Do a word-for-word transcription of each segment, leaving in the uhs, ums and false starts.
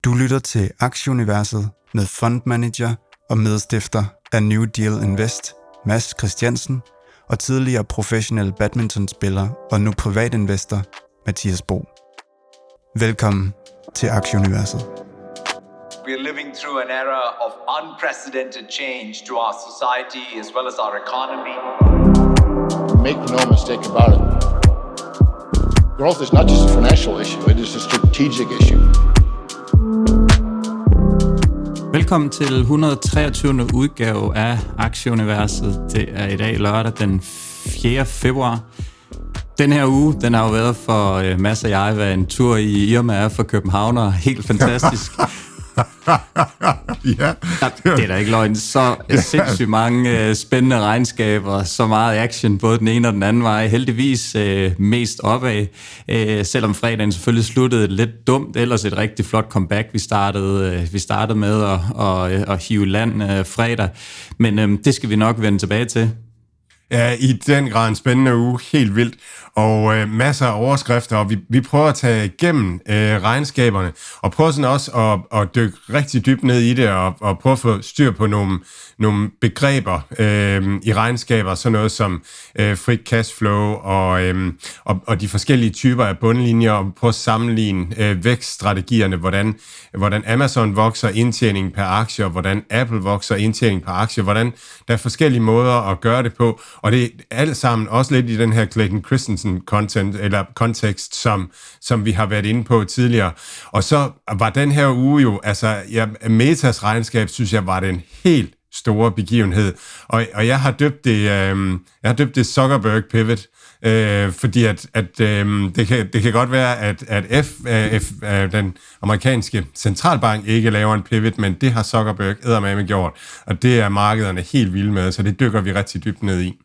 Du lytter til Aktieuniverset med fondmanager og medstifter af New Deal Invest, Mads Christiansen, og tidligere professionel badmintonspiller og nu privatinvestor, Mathias Bo. Velkommen til Aktieuniverset. We are living through an era of unprecedented change to our society as well as our economy. Make no mistake about it. Growth is not just a financial issue, it is a strategic issue. Velkommen til et hundrede og treogtyvende udgave af Aktieuniverset. Det er i dag lørdag den fjerde februar. Den her uge, den har jo været for uh, Mads og jeg været en tur i Irma for København, og helt fantastisk. Ja. Det er da ikke løgn. Så sindssygt mange uh, spændende regnskaber, så meget action, både den ene og den anden vej. Heldigvis uh, mest opad, uh, selvom fredagen selvfølgelig sluttede lidt dumt. Ellers et rigtig flot comeback, vi startede, uh, vi startede med at, at, at hive land uh, fredag. Men um, det skal vi nok vende tilbage til. Ja, i den grad en spændende uge, helt vildt, og øh, masser af overskrifter, og vi, vi prøver at tage igennem øh, regnskaberne, og prøver sådan også at, at dykke rigtig dybt ned i det, og, og prøve at få styr på nogle, nogle begreber øh, i regnskaber, sådan noget som øh, frit cashflow, og, øh, og, og de forskellige typer af bundlinjer, og prøve at sammenligne øh, vækststrategierne, hvordan, hvordan Amazon vokser indtjeningen per aktie, og hvordan Apple vokser indtjeningen per aktie, hvordan der er forskellige måder at gøre det på. Og det er alt sammen også lidt i den her Clayton Christensen content, eller kontekst, som, som vi har været inde på tidligere. Og så var den her uge jo, altså ja, Metas regnskab, synes jeg, var den helt store begivenhed. Og, og jeg har døbt det, øh, jeg har døbt det Zuckerberg pivot, øh, fordi at, at øh, det, kan, det kan godt være, at, at F, øh, F, øh, den amerikanske centralbank ikke laver en pivot, men det har Zuckerberg eddermame gjort, og det er markederne helt vilde med, så det dykker vi rigtig dybt ned i.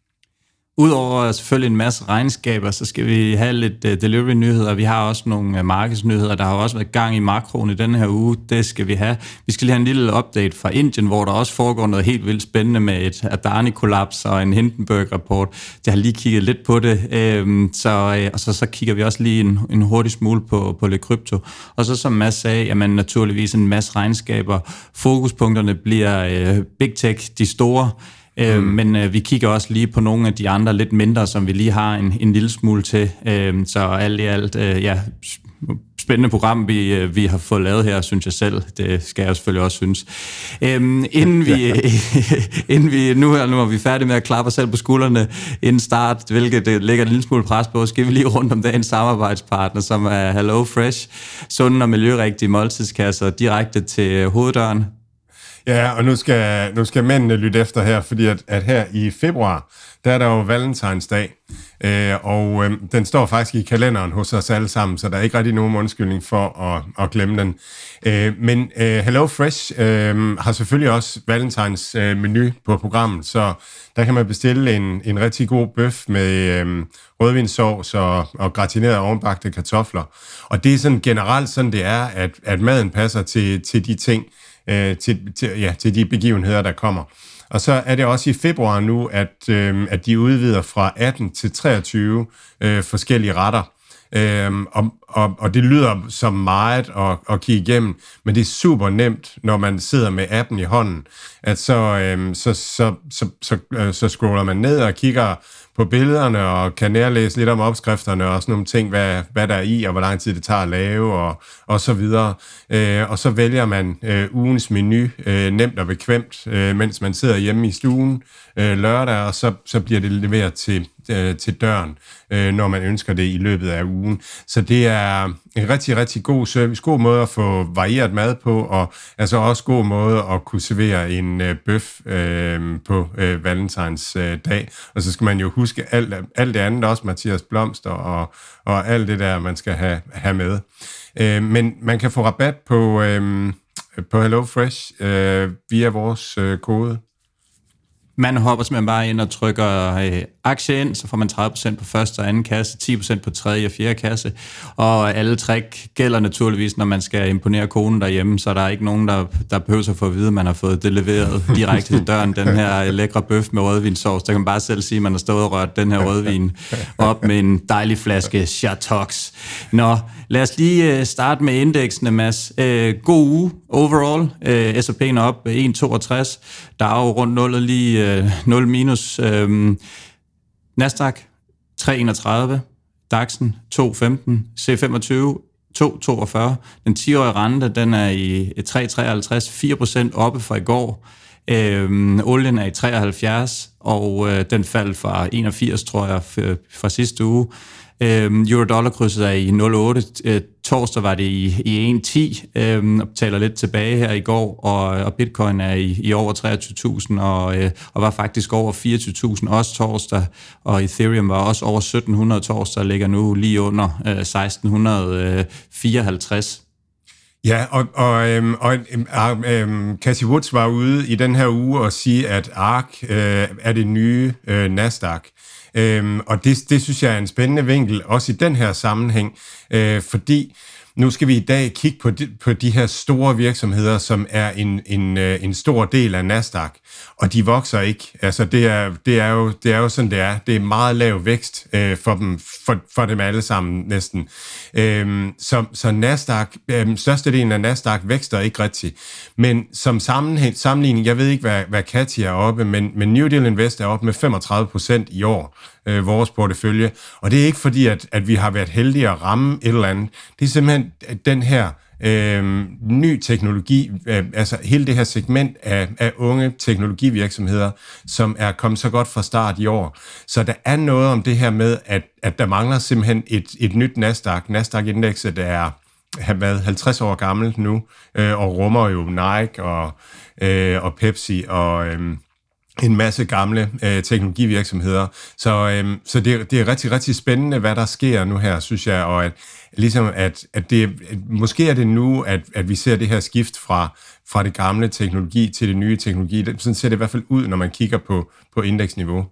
Udover selvfølgelig en masse regnskaber, så skal vi have lidt uh, delivery-nyheder. Vi har også nogle uh, markedsnyheder. Der har også været gang i makroen i denne her uge. Det skal vi have. Vi skal lige have en lille update fra Indien, hvor der også foregår noget helt vildt spændende med et Adani-kollaps og en Hindenburg-rapport. Jeg har lige kigget lidt på det. Øhm, så, øh, og så, så kigger vi også lige en, en hurtig smule på, på lidt krypto. Og så som Mads sagde, jamen naturligvis en masse regnskaber. Fokuspunkterne bliver øh, Big Tech, de store. Øh, mm. Men øh, vi kigger også lige på nogle af de andre lidt mindre, som vi lige har en, en lille smule til. Øh, så alt i alt, øh, ja, spændende program, vi, øh, vi har fået lavet her, synes jeg selv. Det skal jeg selvfølgelig også synes. Øh, inden vi, øh, inden vi nu, her, nu er vi færdige med at klappe os selv på skuldrene inden start, hvilket det lægger en lille smule pres på, skal vi lige rundt om dagens samarbejdspartner, som er Hello Fresh, sunde og miljørigtige måltidskasser direkte til hoveddøren. Ja, og nu skal, nu skal mændene lytte efter her, fordi at, at her i februar, der er der jo Valentinsdag, øh, og øh, den står faktisk i kalenderen hos os alle sammen, så der er ikke rigtig nogen undskyldning for at, at glemme den. Øh, men øh, Hello Fresh øh, har selvfølgelig også Valentines øh, menu på programmet, så der kan man bestille en, en rigtig god bøf med øh, rødvinssovs og, og gratinerede ovenbagte kartofler. Og det er sådan generelt sådan, det er, at, at maden passer til, til de ting, Til, til, ja, til de begivenheder, der kommer. Og så er det også i februar nu, at, øh, at de udvider fra atten til treogtyve øh, forskellige retter. Øh, og, og, og det lyder som meget at, at kigge igennem, men det er super nemt, når man sidder med appen i hånden, at så, øh, så, så, så, så, øh, så scroller man ned og kigger på billederne og kan nærlæse lidt om opskrifterne og sådan nogle ting, hvad, hvad der er i, og hvor lang tid det tager at lave, og, og så videre. Øh, og så vælger man øh, ugens menu øh, nemt og bekvemt, øh, mens man sidder hjemme i stuen øh, lørdag, og så, så bliver det leveret til, øh, til døren, øh, når man ønsker det i løbet af ugen. Så det er en rigtig, rigtig god service, god måde at få varieret mad på, og altså også god måde at kunne servere en øh, bøf øh, på øh, Valentines øh, dag. Og så skal man jo huske alt, alt det andet, også Mathias blomster og, og alt det der, man skal have, have med. Øh, men man kan få rabat på, øh, på Hello Fresh øh, via vores øh, kode. Man hopper simpelthen bare ind og trykker øh, aktie ind, så får man tredive procent på første og anden kasse, ti procent på tredje og fjerde kasse, og alle trick gælder naturligvis, når man skal imponere konen derhjemme, så der er ikke nogen, der, der behøver at få at vide, at man har fået det leveret direkte til døren, den her lækre bøf med rødvinsauce. Der kan man bare selv sige, at man har stået og rørt den her rødvin op med en dejlig flaske Chateaux. Nå, lad os lige starte med indeksene, Mads. Øh, god uge overall. Øh, S og P'en op en komma toogtres. Der er jo rundt nullet lige øh, nul minus. Øh, Nasdaq tre komma enogtredive. DAX'en to komma femten. C femogtyve to komma toogfyrre. Den ti-årige rente, den er i tre komma treoghalvtreds. fire procent oppe fra i går. Øh, olien er i treoghalvfjerds, og øh, den faldt fra enogfirs, tror jeg, fra sidste uge. Euro-dollar-krydset er i nul komma otte. Øh, torsdag var det i, i en komma ti, øh, og betaler lidt tilbage her i går, og, og bitcoin er i, i over treogtyve tusind, og, øh, og var faktisk over fireogtyve tusind også torsdag, og Ethereum var også over sytten hundrede torsdag, og ligger nu lige under øh, seksten fireoghalvtreds. Ja, og, og, øhm, og øhm, Cathie Woods var ude i den her uge og sige, at A R K øh, er det nye øh, Nasdaq. Øhm, og det, det synes jeg er en spændende vinkel, også i den her sammenhæng, øh, fordi nu skal vi i dag kigge på de, på de her store virksomheder, som er en, en, en stor del af Nasdaq, og de vokser ikke. Altså det er, det er, jo, det er jo sådan, det er. Det er meget lav vækst øh, for, dem, for, for dem alle sammen næsten. Øhm, så, så Nasdaq, øh, størstedelen af Nasdaq vækster ikke rigtigt. Men som sammenligning, jeg ved ikke, hvad, hvad Cathie er oppe, men, men New Deal Invest er oppe med femogtredive procent i år. Øh, vores portefølje. Og det er ikke fordi, at, at vi har været heldige at ramme et eller andet. Det er simpelthen den her øh, ny teknologi, øh, altså hele det her segment af, af unge teknologivirksomheder, som er kommet så godt fra start i år. Så der er noget om det her med, at, at der mangler simpelthen et, et nyt Nasdaq. Nasdaq-indekset er har været halvtreds år gammelt nu, øh, og rummer jo Nike og, øh, og Pepsi og Øh, en masse gamle øh, teknologivirksomheder. Så, øh, så det, det er rigtig, rigtig spændende, hvad der sker nu her, synes jeg, og at, ligesom at, at det, at måske er det nu, at, at vi ser det her skift fra, fra det gamle teknologi til det nye teknologi. Sådan ser det i hvert fald ud, når man kigger på, på indeksniveau.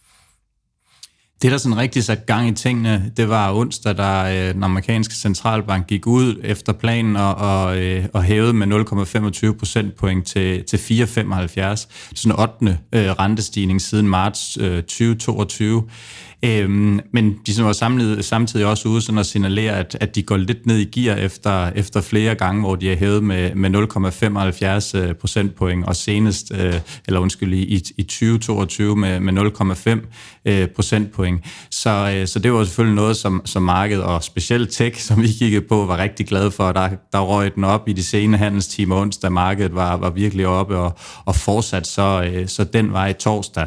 Det, der sådan rigtig satte gang i tingene, det var onsdag, da den amerikanske centralbank gik ud efter planen og, og, og hævede med nul komma femogtyve procentpoint til, til fire komma femoghalvfjerds. Sådan en ottende øh, rentestigning siden marts øh, tyve toogtyve. Øhm, men de var samtidig, samtidig også ude sådan at signalere, at, at de går lidt ned i gear efter, efter flere gange, hvor de er hævet med, med nul komma femoghalvfjerds procentpoint, og senest, øh, eller undskyld, i, i tyve toogtyve med, med nul komma fem procentpoint. Så, øh, så det var selvfølgelig noget, som, som markedet, og specielt tech, som vi kiggede på, var rigtig glade for. Der, der røg den op i de sene handelstimer onsdag, markedet var, var virkelig oppe, og, og fortsat så, øh, så den var i torsdag.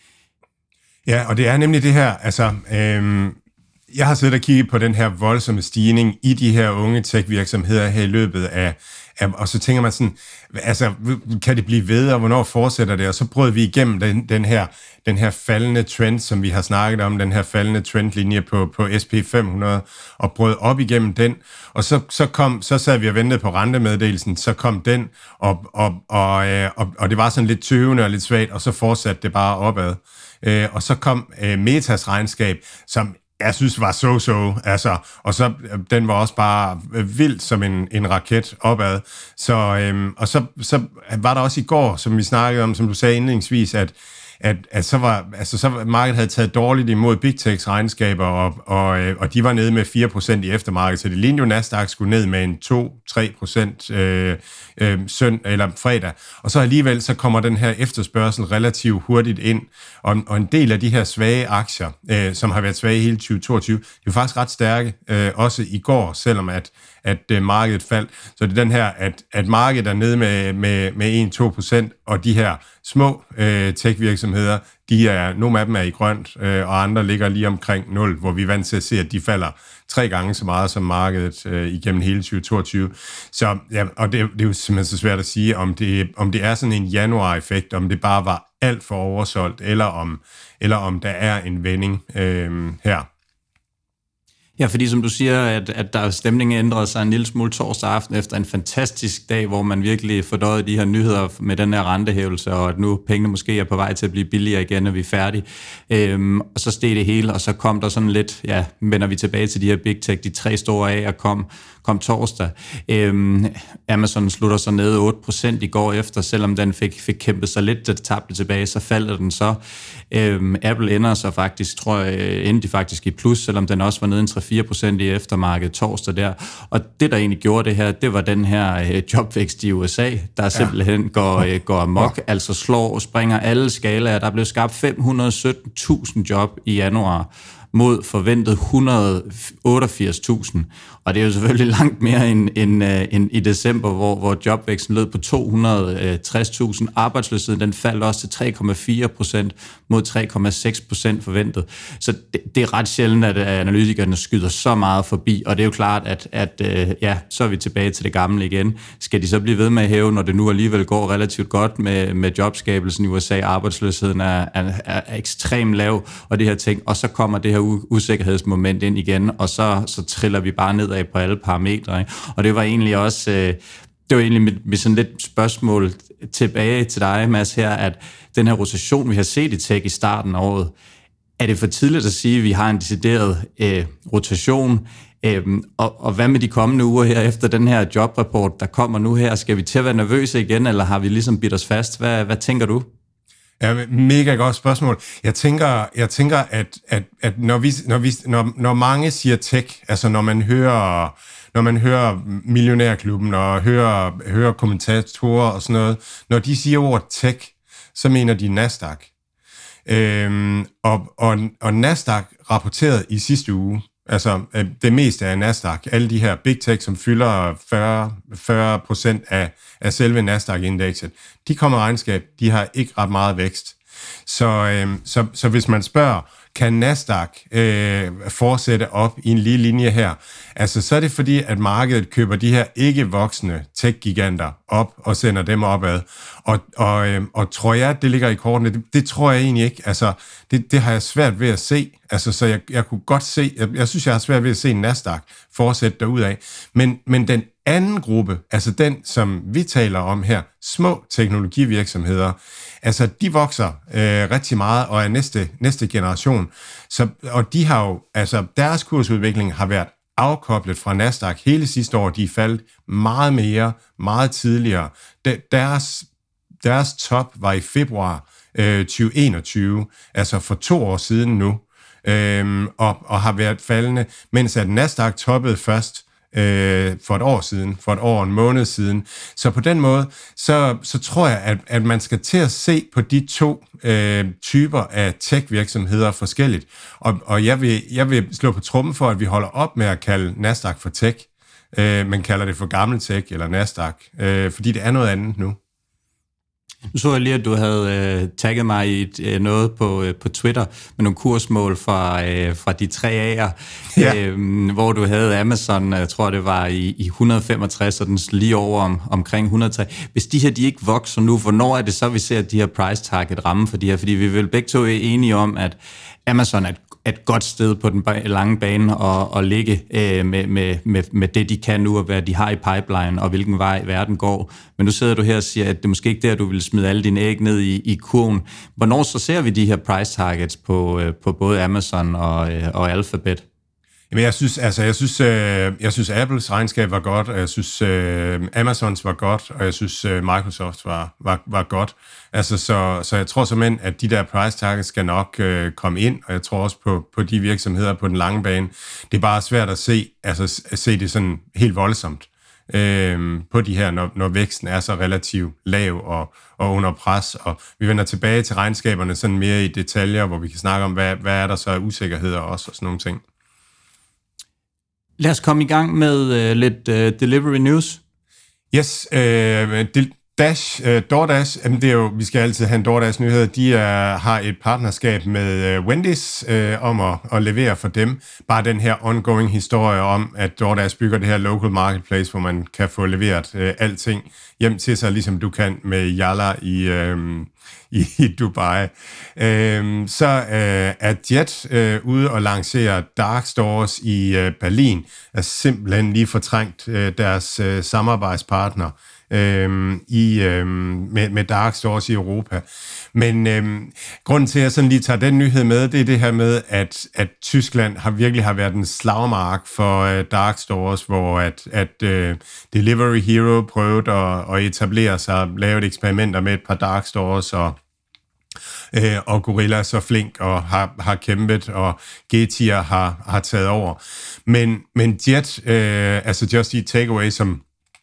Ja, og det er nemlig det her, altså, øhm, jeg har siddet og kigget på den her voldsomme stigning i de her unge tech-virksomheder her i løbet af, af, og så tænker man sådan, altså, kan det blive ved, og hvornår fortsætter det? Og så brød vi igennem den, den her, den her faldende trend, som vi har snakket om, den her faldende trendlinje på, på S and P fem hundrede, og brød op igennem den, og så, så kom, så sad vi og ventede på rentemeddelelsen, så kom den, og, og, og, og, og det var sådan lidt tøvende og lidt svagt, og så fortsatte det bare opad. Øh, og så kom øh, Metas regnskab, som jeg synes var so-so, altså, og så den var også bare vildt som en, en raket opad. Så, øhm, og så, så var der også i går, som vi snakkede om, som du sagde indledningsvis, at at, at så var altså så markedet havde taget dårligt imod Big Techs regnskaber, og, og, og de var nede med fire procent i eftermarkedet, så det lignede jo Nasdaq skulle ned med en to til tre procent øh, øh, søn eller fredag, og så alligevel så kommer den her efterspørgsel relativt hurtigt ind, og, og en del af de her svage aktier, øh, som har været svage hele tyve toogtyve, de er faktisk ret stærke, øh, også i går, selvom at at øh, markedet faldt. Så det er den her, at, at markedet er nede med, med, med en til to procent, og de her små øh, tech-virksomheder, de er, nogle af dem er i grønt, øh, og andre ligger lige omkring nul, hvor vi er vant til at se, at de falder tre gange så meget som markedet øh, igennem hele tyve toogtyve. Så, ja, og det, det er jo simpelthen så svært at sige, om det, om det er sådan en januar-effekt, om det bare var alt for oversolgt, eller om, eller om der er en vending øh, her. Ja, fordi som du siger, at, at der stemningen ændrede sig en lille smule torsdag aften efter en fantastisk dag, hvor man virkelig fordøjede de her nyheder med den her rentehævelse, og at nu pengene måske er på vej til at blive billigere igen, når vi er færdige. Øhm, og så steg det hele, og så kom der sådan lidt, ja, vender vi tilbage til de her big tech, de tre store af, og kom, kom torsdag. Øhm, Amazon slutter så ned otte procent i går efter, selvom den fik, fik kæmpet sig lidt, da det tabte tilbage, så faldt den så. Øhm, Apple ender så faktisk, tror jeg, endte de faktisk i plus, selvom den også var nede en tre til fire procent i eftermarkedet torsdag der. Og det, der egentlig gjorde det her, det var den her øh, jobvækst i U S A, der simpelthen ja. går, øh, går amok, ja. altså slår og springer alle skalaer. Der blev skabt fem hundrede og sytten tusind job i januar, mod forventet et hundrede og otteogfirs tusind. Og det er jo selvfølgelig langt mere end, end, end i december, hvor, hvor jobvæksten lød på to hundrede og tres tusind. Arbejdsløsheden den faldt også til tre komma fire procent mod tre komma seks procent forventet. Så det, det er ret sjældent, at analytikerne skyder så meget forbi. Og det er jo klart, at, at ja, så er vi tilbage til det gamle igen. Skal de så blive ved med at hæve, når det nu alligevel går relativt godt med, med jobskabelsen i U S A? Arbejdsløsheden er, er, er ekstremt lav, og det her ting. Og så kommer det her usikkerhedsmoment ind igen, og så, så triller vi bare nedad på alle parametre. Ikke? Og det var egentlig også, øh, det var egentlig med, med sådan lidt spørgsmål tilbage til dig, Mads, her, at den her rotation, vi har set i tech i starten af året, er det for tidligt at sige, at vi har en decideret øh, rotation, øh, og, og hvad med de kommende uger her efter den her jobrapport, der kommer nu her? Skal vi til at være nervøse igen, eller har vi ligesom bidt os fast? Hvad, hvad tænker du? Ja, mega godt spørgsmål. Jeg tænker, jeg tænker at, at, at når, vi, når, vi, når, når mange siger tech, altså når man hører, når man hører Millionærklubben og hører, hører kommentatorer og sådan noget, når de siger ordet tech, så mener de Nasdaq. Øhm, og, og, og Nasdaq rapporterede i sidste uge, altså det meste af Nasdaq, alle de her big tech, som fylder fyrre procent af, af selve Nasdaq-indekset, de kommer regnskab, de har ikke ret meget vækst. Så, øh, så, så hvis man spørger, kan Nasdaq øh, fortsætte op i en lige linje her, altså så er det fordi, at markedet køber de her ikke voksende tech-giganter op og sender dem opad. Og, og, øh, og tror jeg, det ligger i kortene? Det, det tror jeg egentlig ikke. Altså, det, det har jeg svært ved at se. Altså, så jeg, jeg kunne godt se, jeg, jeg synes, jeg har svært ved at se Nasdaq fortsætte derudad. Men, men den anden gruppe, altså den, som vi taler om her, små teknologivirksomheder, altså de vokser øh, rigtig meget og er næste, næste generation. Så, og de har jo, altså deres kursudvikling har været afkoblet fra Nasdaq hele sidste år. De er faldet meget mere, meget tidligere. De, deres, deres top var i februar øh, tyve enogtyve, altså for to år siden nu, øh, og, og har været faldende, mens at Nasdaq toppede først øh, for et år siden, for et år og en måned siden. Så på den måde, så, så tror jeg, at, at man skal til at se på de to øh, typer af tech-virksomheder forskelligt. Og, og jeg, vil, jeg vil slå på trommen for, at vi holder op med at kalde Nasdaq for tech, øh, men kalder det for gammel tech eller Nasdaq, øh, fordi det er noget andet nu. Nu så jeg lige, at du havde øh, tagget mig i et, øh, noget på, øh, på Twitter med nogle kursmål fra, øh, fra de tre A'er, ja. øh, hvor du havde Amazon, jeg tror det var i, i et hundrede og femogtres, og den lige over om, omkring et hundrede og tre. Hvis de her de ikke vokser nu, hvornår er det så, vi ser de her price target ramme for de her? Fordi vi er vel begge to enige om, at Amazon er et et godt sted på den lange bane og, og ligge øh, med, med, med, med det, de kan nu, og hvad de har i pipeline, og hvilken vej verden går. Men nu sidder du her og siger, at det er måske ikke der, du vil smide alle dine æg ned i, i kurven. Hvornår så ser vi de her price targets på, øh, på både Amazon og, øh, og Alphabet? Jamen, jeg synes, altså, jeg synes, øh, jeg synes Apples regnskab var godt, og jeg synes øh, Amazons var godt, og jeg synes øh, Microsoft var, var, var godt. Altså, så, så jeg tror simpelthen, at de der price targets skal nok øh, komme ind, og jeg tror også på, på de virksomheder på den lange bane. Det er bare svært at se, altså, at se det sådan helt voldsomt øh, på de her, når, når væksten er så relativt lav og, og under pres. Og vi vender tilbage til regnskaberne sådan mere i detaljer, hvor vi kan snakke om, hvad, hvad er der så af usikkerheder også og sådan nogle ting. Lad os komme i gang med uh, lidt uh, delivery news. Yes, øh, del- Dash, uh, DoorDash, jamen det er jo, vi skal altid have en DoorDash-nyhed, de er, har et partnerskab med uh, Wendy's uh, om at, at levere for dem. Bare den her ongoing historie om, at DoorDash bygger det her local marketplace, hvor man kan få leveret uh, alting hjem til sig, ligesom du kan med Yalla i, uh, i, i Dubai. Uh, så uh, er Jet uh, ude og lancere dark stores i uh, Berlin, er simpelthen lige fortrængt uh, deres uh, samarbejdspartner Øhm, i, øhm, med, med dark stores i Europa. Men øhm, grunden til, at jeg sådan lige tager den nyhed med, det er det her med, at, at Tyskland har virkelig har været en slagmark for øh, dark stores, hvor at, at øh, Delivery Hero prøvede at, at etablere sig, lave et eksperimenter med et par dark stores, og Øh, og Gorilla er så flink og har, har kæmpet, og Getir har, har taget over. Men, men Jet, øh, altså Just Eat Takeaway, som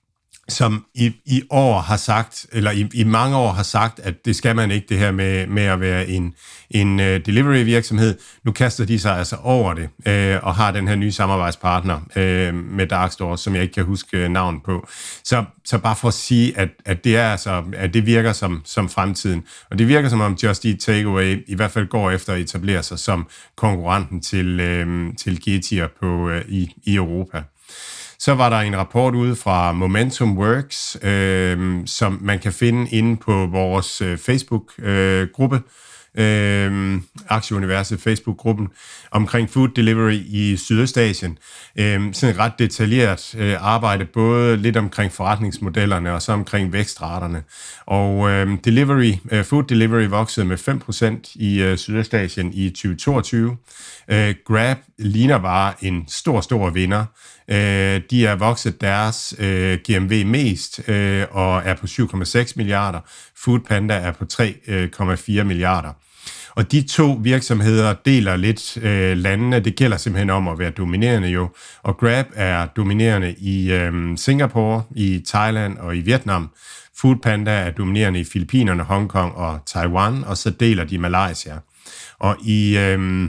som i, i år har sagt, eller i, i mange år har sagt, at det skal man ikke, det her med, med at være en, en uh, delivery-virksomhed. Nu kaster de sig altså over det, øh, og har den her nye samarbejdspartner øh, med Darkstore, som jeg ikke kan huske navn på. Så, så bare for at sige, at, at, det, er altså, at det virker som, som fremtiden. Og det virker som om Just Eat Takeaway i hvert fald går efter at etablere sig som konkurrenten til, øh, til Getir på, øh, i, i Europa. Så var der en rapport ude fra Momentum Works, øh, som man kan finde inde på vores øh, Facebook-gruppe, øh, Aktieuniverset Facebook-gruppen, omkring food delivery i Sydøstasien. Øh, sådan et ret detaljeret øh, arbejde, både lidt omkring forretningsmodellerne og så omkring vækstraterne. Og øh, delivery, øh, food delivery voksede med fem procent i øh, Sydøstasien i tyve toogtyve. Øh, Grab ligner bare en stor, stor vinder. Øh, de er vokset deres øh, G M V mest øh, og er på syv komma seks milliarder. Foodpanda er på tre komma fire milliarder. Og de to virksomheder deler lidt øh, landene. Det gælder simpelthen om at være dominerende jo. Og Grab er dominerende i øh, Singapore, i Thailand og i Vietnam. Foodpanda er dominerende i Filippinerne, Hongkong og Taiwan, og så deler de Malaysia. Og i... Øh,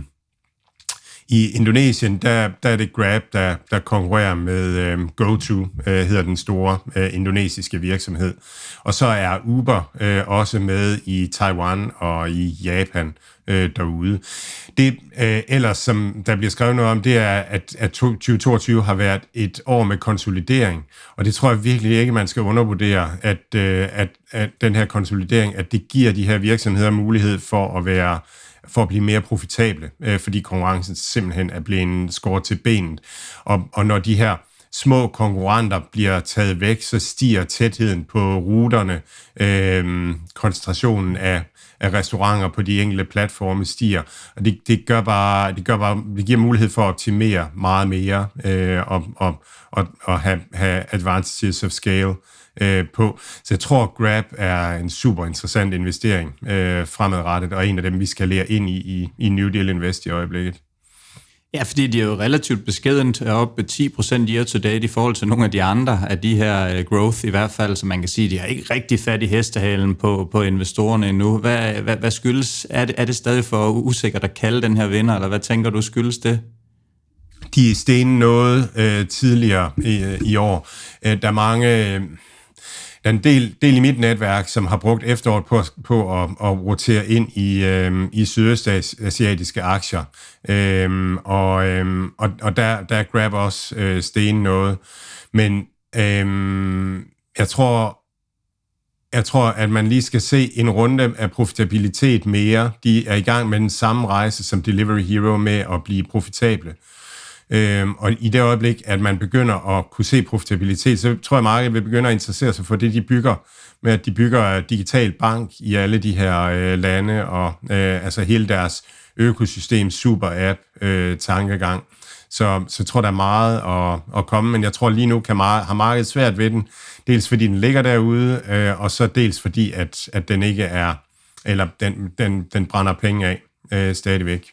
I Indonesien, der, der er det Grab, der, der konkurrerer med øhm, GoTo, øh, hedder den store øh, indonesiske virksomhed. Og så er Uber øh, også med i Taiwan og i Japan øh, derude. Det øh, ellers, som der bliver skrevet noget om, det er, at, at tyve toogtyve har været et år med konsolidering. Og det tror jeg virkelig ikke, man skal undervurdere, at, øh, at, at den her konsolidering, at det giver de her virksomheder mulighed for at være for at blive mere profitable, øh, fordi konkurrencen simpelthen er blevet skåret til benet. Og, og når de her små konkurrenter bliver taget væk, så stiger tætheden på ruterne, øh, koncentrationen af, af restauranter på de enkelte platforme stiger, og det, det gør bare, det gør bare, det giver mulighed for at optimere meget mere øh, og, og, og, og have, have advantages of scale øh, på. Så jeg tror, Grab er en super interessant investering øh, fremadrettet, og en af dem, vi skal lære ind i, i, i New Deal Invest i øjeblikket. Ja, fordi de er jo relativt beskedent op ti procent year to date i forhold til nogle af de andre af de her growth i hvert fald, så man kan sige, de har ikke rigtig fat i hestehalen på, på investorerne endnu. Hvad, hvad, hvad skyldes? Er det, er det stadig for usikkert at kalde den her vinder, eller hvad tænker du skyldes det? De er stenet noget øh, tidligere i, i år. Øh, der er mange... Øh, Der er en del, del i mit netværk, som har brugt efteråret på, på at, at rotere ind i, øhm, i sydøstasiatiske aktier. Øhm, og, øhm, og, og der, der er Grab også øh, sten noget. Men øhm, jeg tror, jeg tror, at man lige skal se en runde af profitabilitet mere. De er i gang med den samme rejse som Delivery Hero med at blive profitable. Øhm, og i det øjeblik, at man begynder at kunne se profitabilitet, så tror jeg, markedet vil begynde at interessere sig for det, de bygger, med at de bygger digital bank i alle de her øh, lande, og øh, altså hele deres økosystem, super-app, øh, tankegang. Så, så jeg tror, der er meget at, at komme, men jeg tror lige nu kan mar- har markedet svært ved den, dels fordi den ligger derude, øh, og så dels fordi, at, at den ikke er, eller den, den, den brænder penge af øh, stadigvæk.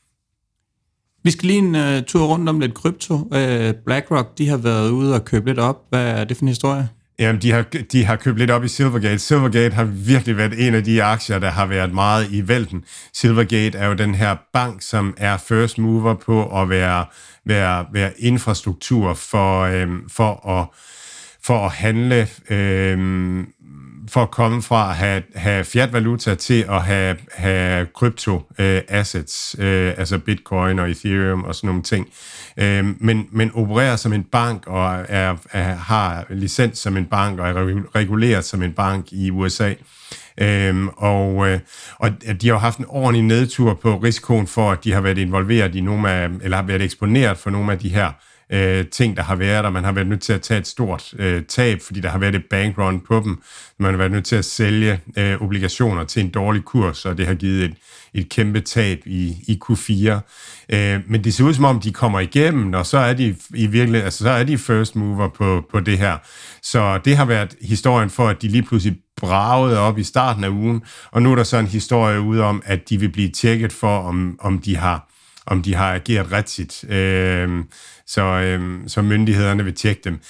Vi skal lige en uh, tur rundt om lidt krypto. Uh, BlackRock, de har været ude og købe lidt op. Hvad er det for en historie? Jamen, de har, de har købt lidt op i Silvergate. Silvergate har virkelig været en af de aktier, der har været meget i vælten. Silvergate er jo den her bank, som er first mover på at være, være, være infrastruktur for, øhm, for, at, for at handle øhm, for at komme fra at have, have fiat-valuta til at have, have krypto-assets, øh, øh, altså bitcoin og ethereum og sådan nogle ting. Øh, men, men opererer som en bank og er, er, har licens som en bank og er reguleret som en bank i U S A. Øhm, og, øh, og de har jo haft en ordentlig nedtur på risikoen for, at de har været involveret i nogle af, eller har været eksponeret for nogle af de her øh, ting, der har været, og man har været nødt til at tage et stort øh, tab, fordi der har været et bankrun på dem. Man har været nødt til at sælge øh, obligationer til en dårlig kurs, og det har givet et, et kæmpe tab i, i Q fire. Øh, men det ser ud som om, de kommer igennem, og så er de i virkeligheden, altså så er de first mover på, på det her. Så det har været historien for, at de lige pludselig bragede op i starten af ugen, og nu er der så en historie ude om, at de vil blive tjekket for, om, om, de, har, om de har ageret rigtigt. Øh, så, øh, så myndighederne vil tjekke dem.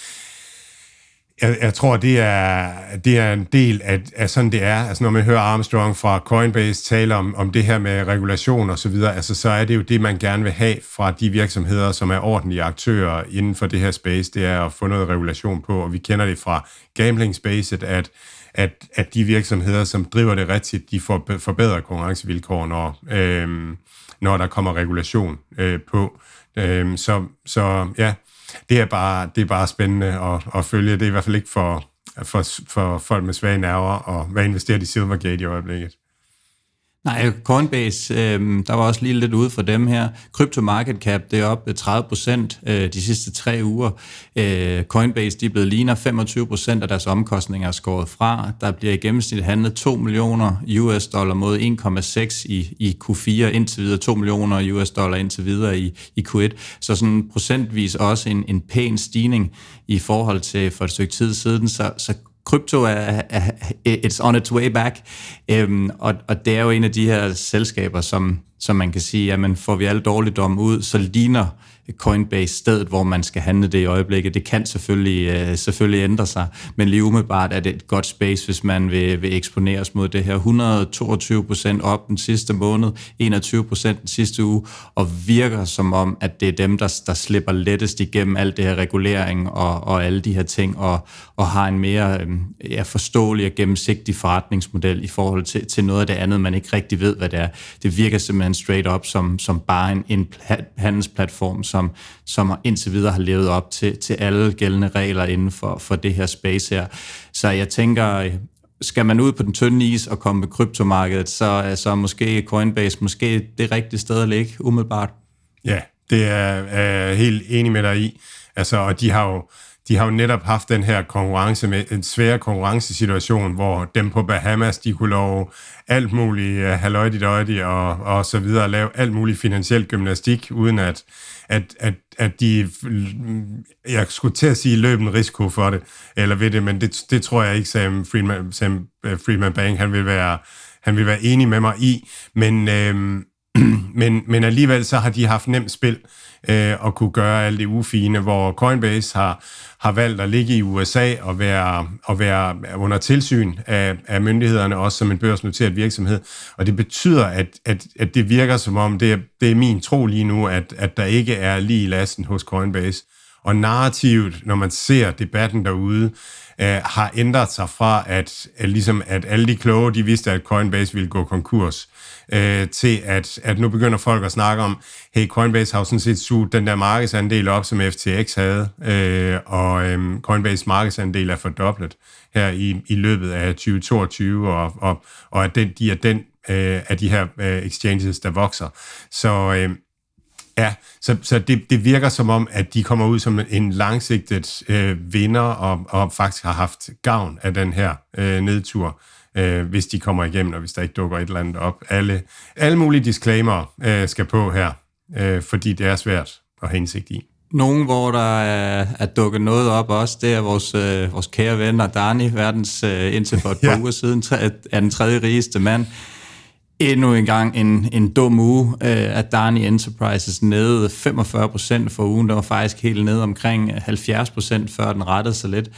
Jeg, jeg tror, det er, det er en del af, af sådan, det er. Altså, når man hører Armstrong fra Coinbase tale om, om det her med regulation og så videre, altså, så er det jo det, man gerne vil have fra de virksomheder, som er ordentlige aktører inden for det her space, det er at få noget regulation på, og vi kender det fra gambling-spacet, at At, at de virksomheder, som driver det rigtigt, de får forbedret konkurrencevilkår, når, øh, når der kommer regulation øh, på. Øh, så, så ja, det er bare, det er bare spændende at, at følge. Det er i hvert fald ikke for, for, for folk med svage nerver og være investeret i Silvergate i øjeblikket. Nej, Coinbase, øh, der var også lige lidt ude for dem her. Crypto market cap, det er op tredive procent øh, de sidste tre uger. Øh, Coinbase, de er blevet ligner femogtyve procent af deres omkostninger er skåret fra. Der bliver i gennemsnit handlet to millioner U S dollar mod en komma seks i, i Q fire indtil videre, to millioner U S dollar indtil videre i, i Q et. Så sådan procentvis også en, en pæn stigning i forhold til for et stykke tid siden. Så, så krypto er, er it's on its way back, øhm, og, og det er jo en af de her selskaber, som, som man kan sige, jamen får vi alle dårligdomme ud, så ligner Coinbase stedet, hvor man skal handle det i øjeblikket. Det kan selvfølgelig, øh, selvfølgelig ændre sig, men lige umiddelbart er det et godt space, hvis man vil, vil eksponeres mod det her. et hundrede og toogtyve procent op den sidste måned, enogtyve procent den sidste uge, og virker som om, at det er dem, der, der slipper lettest igennem alt det her regulering og, og alle de her ting, og, og har en mere øh, ja, forståelig og gennemsigtig forretningsmodel i forhold til, til noget af det andet, man ikke rigtig ved, hvad det er. Det virker simpelthen straight up som, som bare en, en handelsplatform, som, som indtil videre har levet op til, til alle gældende regler inden for, for det her space her. Så jeg tænker, skal man ud på den tynde is og komme med kryptomarkedet, så, så måske Coinbase måske det rigtige sted at ligge umiddelbart. Ja, det er jeg helt enig med dig i. Altså, og de har jo De har jo netop haft den her konkurrence med en svær konkurrencesituation, hvor dem på Bahamas, de kunne love alt muligt halløjdigt og, og så videre, lave alt muligt finansiel gymnastik, uden at, at, at, at de, jeg skulle til at sige, løb en risiko for det, eller ved det, men det, det tror jeg ikke, Sam Friedman, Sam Friedman Bank, han vil være, han vil være enig med mig i, men, øhm, men, men alligevel så har de haft nemt spil, øh, og kunne gøre alt det ufine, hvor Coinbase har, har valgt at ligge i U S A og være, og være under tilsyn af, af myndighederne, også som en børsnoteret virksomhed. Og det betyder, at, at, at det virker som om, det er, det er min tro lige nu, at, at der ikke er lige i lasten hos Coinbase. Og narrativet, når man ser debatten derude, øh, har ændret sig fra, at, at, ligesom, at alle de kloge, de vidste, at Coinbase ville gå konkurs, øh, til at, at nu begynder folk at snakke om, hey, Coinbase har jo sådan set suget den der markedsandel op, som F T X havde, øh, og øh, Coinbase markedsandel er fordoblet her i, i løbet af tyve toogtyve, og, og, og at den, de er den øh, af de her øh, exchanges, der vokser. Så øh, Ja, så, så det, det virker som om, at de kommer ud som en langsigtet øh, vinder, og, og faktisk har haft gavn af den her øh, nedtur, øh, hvis de kommer igennem, og hvis der ikke dukker et eller andet op. Alle, alle mulige disclaimer øh, skal på her, øh, fordi det er svært at have indsigt i. Nogen, hvor der er, er dukket noget op også, det er vores, øh, vores kære ven Adani, verdens øh, indtil for et par ja. uger siden, er den tredje rigeste mand. Endnu en gang en, en dum uge. Adani Enterprises nede femogfyrre procent for ugen. Der var faktisk helt nede omkring halvfjerds procent, før den rettede sig lidt.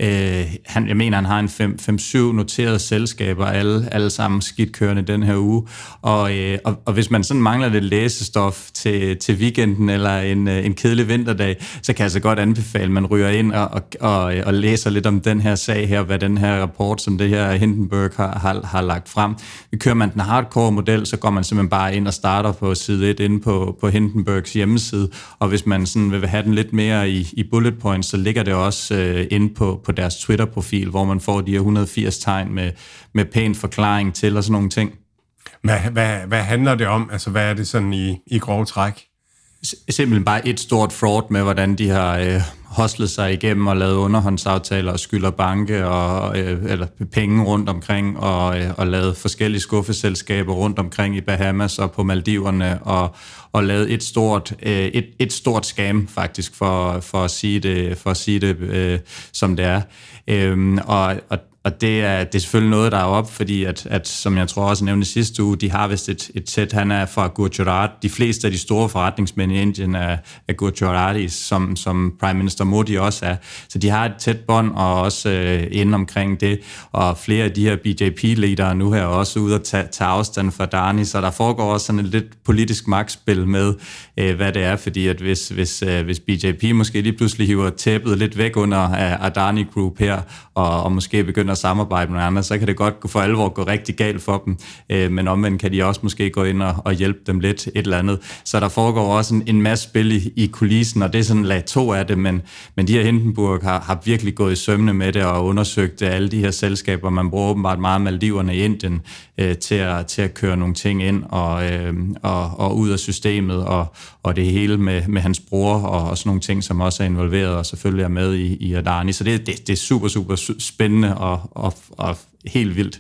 Han, jeg mener, han har en fem syv noterede selskaber, alle, alle sammen skidt kørende den her uge. Og, og, og hvis man sådan mangler lidt læsestof til, til weekenden eller en, en kedelig vinterdag, så kan jeg så godt anbefale, at man ryger ind og, og, og, og læser lidt om den her sag her, hvad den her rapport, som det her Hindenburg har, har, har lagt frem. Vi kører man den hardcore-model, så går man simpelthen bare ind og starter på side et inde på, på Hindenburgs hjemmeside, og hvis man sådan vil have den lidt mere i, i bullet points, så ligger det også øh, inde på, på deres Twitter-profil, hvor man får de her et hundrede og firs tegn med, med pæn forklaring til og sådan nogle ting. Hvad, hvad, hvad handler det om? Altså, hvad er det sådan i, i grove træk? Simpelthen bare et stort fraud med, hvordan de har øh, hostlet sig igennem og lavet underhåndsaftaler og skylder banke og, øh, eller penge rundt omkring og, øh, og lavet forskellige skuffeselskaber rundt omkring i Bahamas og på Maldiverne og, og lavet et stort, øh, et, et stort scam faktisk for, for at sige det, for at sige det øh, som det er. Øh, og, og Og det er, det er selvfølgelig noget, der er op, fordi at, at, som jeg tror også nævnte sidste uge, de har vist et, et sæt, han er fra Gujarat. De fleste af de store forretningsmænd i Indien er, er Gujaratis, som, som Prime Minister Modi også er. Så de har et tæt bånd, og også øh, inde omkring det. Og flere af de her B J P-ledere nu her er også ude at tage, tage afstand fra Adani, så der foregår også sådan et lidt politisk magtspil med, øh, hvad det er, fordi at hvis, hvis, øh, hvis B J P måske lige pludselig hiver tæppet lidt væk under uh, Adani Group her, og, og måske begynder at samarbejde med andre, så kan det godt for alvor gå rigtig galt for dem, øh, men omvendt kan de også måske gå ind og, og hjælpe dem lidt et eller andet. Så der foregår også en, en masse spil i, i kulissen, og det er sådan lag to af det, men, men de her Hindenburg har, har virkelig gået i sømne med det og undersøgt alle de her selskaber. Man bruger åbenbart meget Maldiverne i Indien øh, til, at, til at køre nogle ting ind og, øh, og, og ud af systemet, og, og det hele med, med hans bror og, og sådan nogle ting, som også er involveret og selvfølgelig er med i, i Adani. Så det, det, det er super, super spændende og Og, og helt vildt.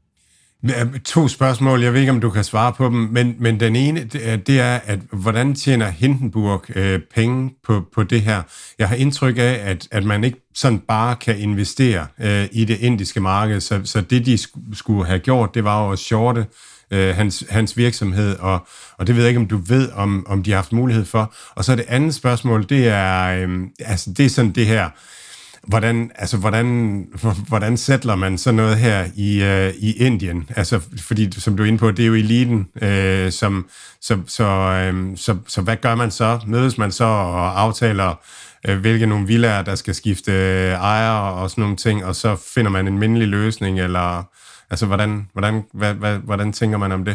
To spørgsmål, jeg ved ikke, om du kan svare på dem, men, men den ene, det er, at hvordan tjener Hindenburg øh, penge på, på det her? Jeg har indtryk af, at, at man ikke sådan bare kan investere øh, i det indiske marked, så, så det, de skulle have gjort, det var jo at shorte øh, hans, hans virksomhed, og, og det ved jeg ikke, om du ved, om, om de har haft mulighed for. Og så det andet spørgsmål, det er, øh, altså, det er sådan det her, Hvordan, altså, hvordan, hvordan sætter man sådan noget her i, øh, i Indien? Altså, fordi, som du er inde på, det er jo eliten, øh, som, så, så, øh, så, så hvad gør man så? Mødes man så og aftaler, øh, hvilke nogle villaer, der skal skifte øh, ejere og sådan nogle ting, og så finder man en mindelig løsning, eller altså, hvordan, hvordan, hvad, hvad, hvordan tænker man om det?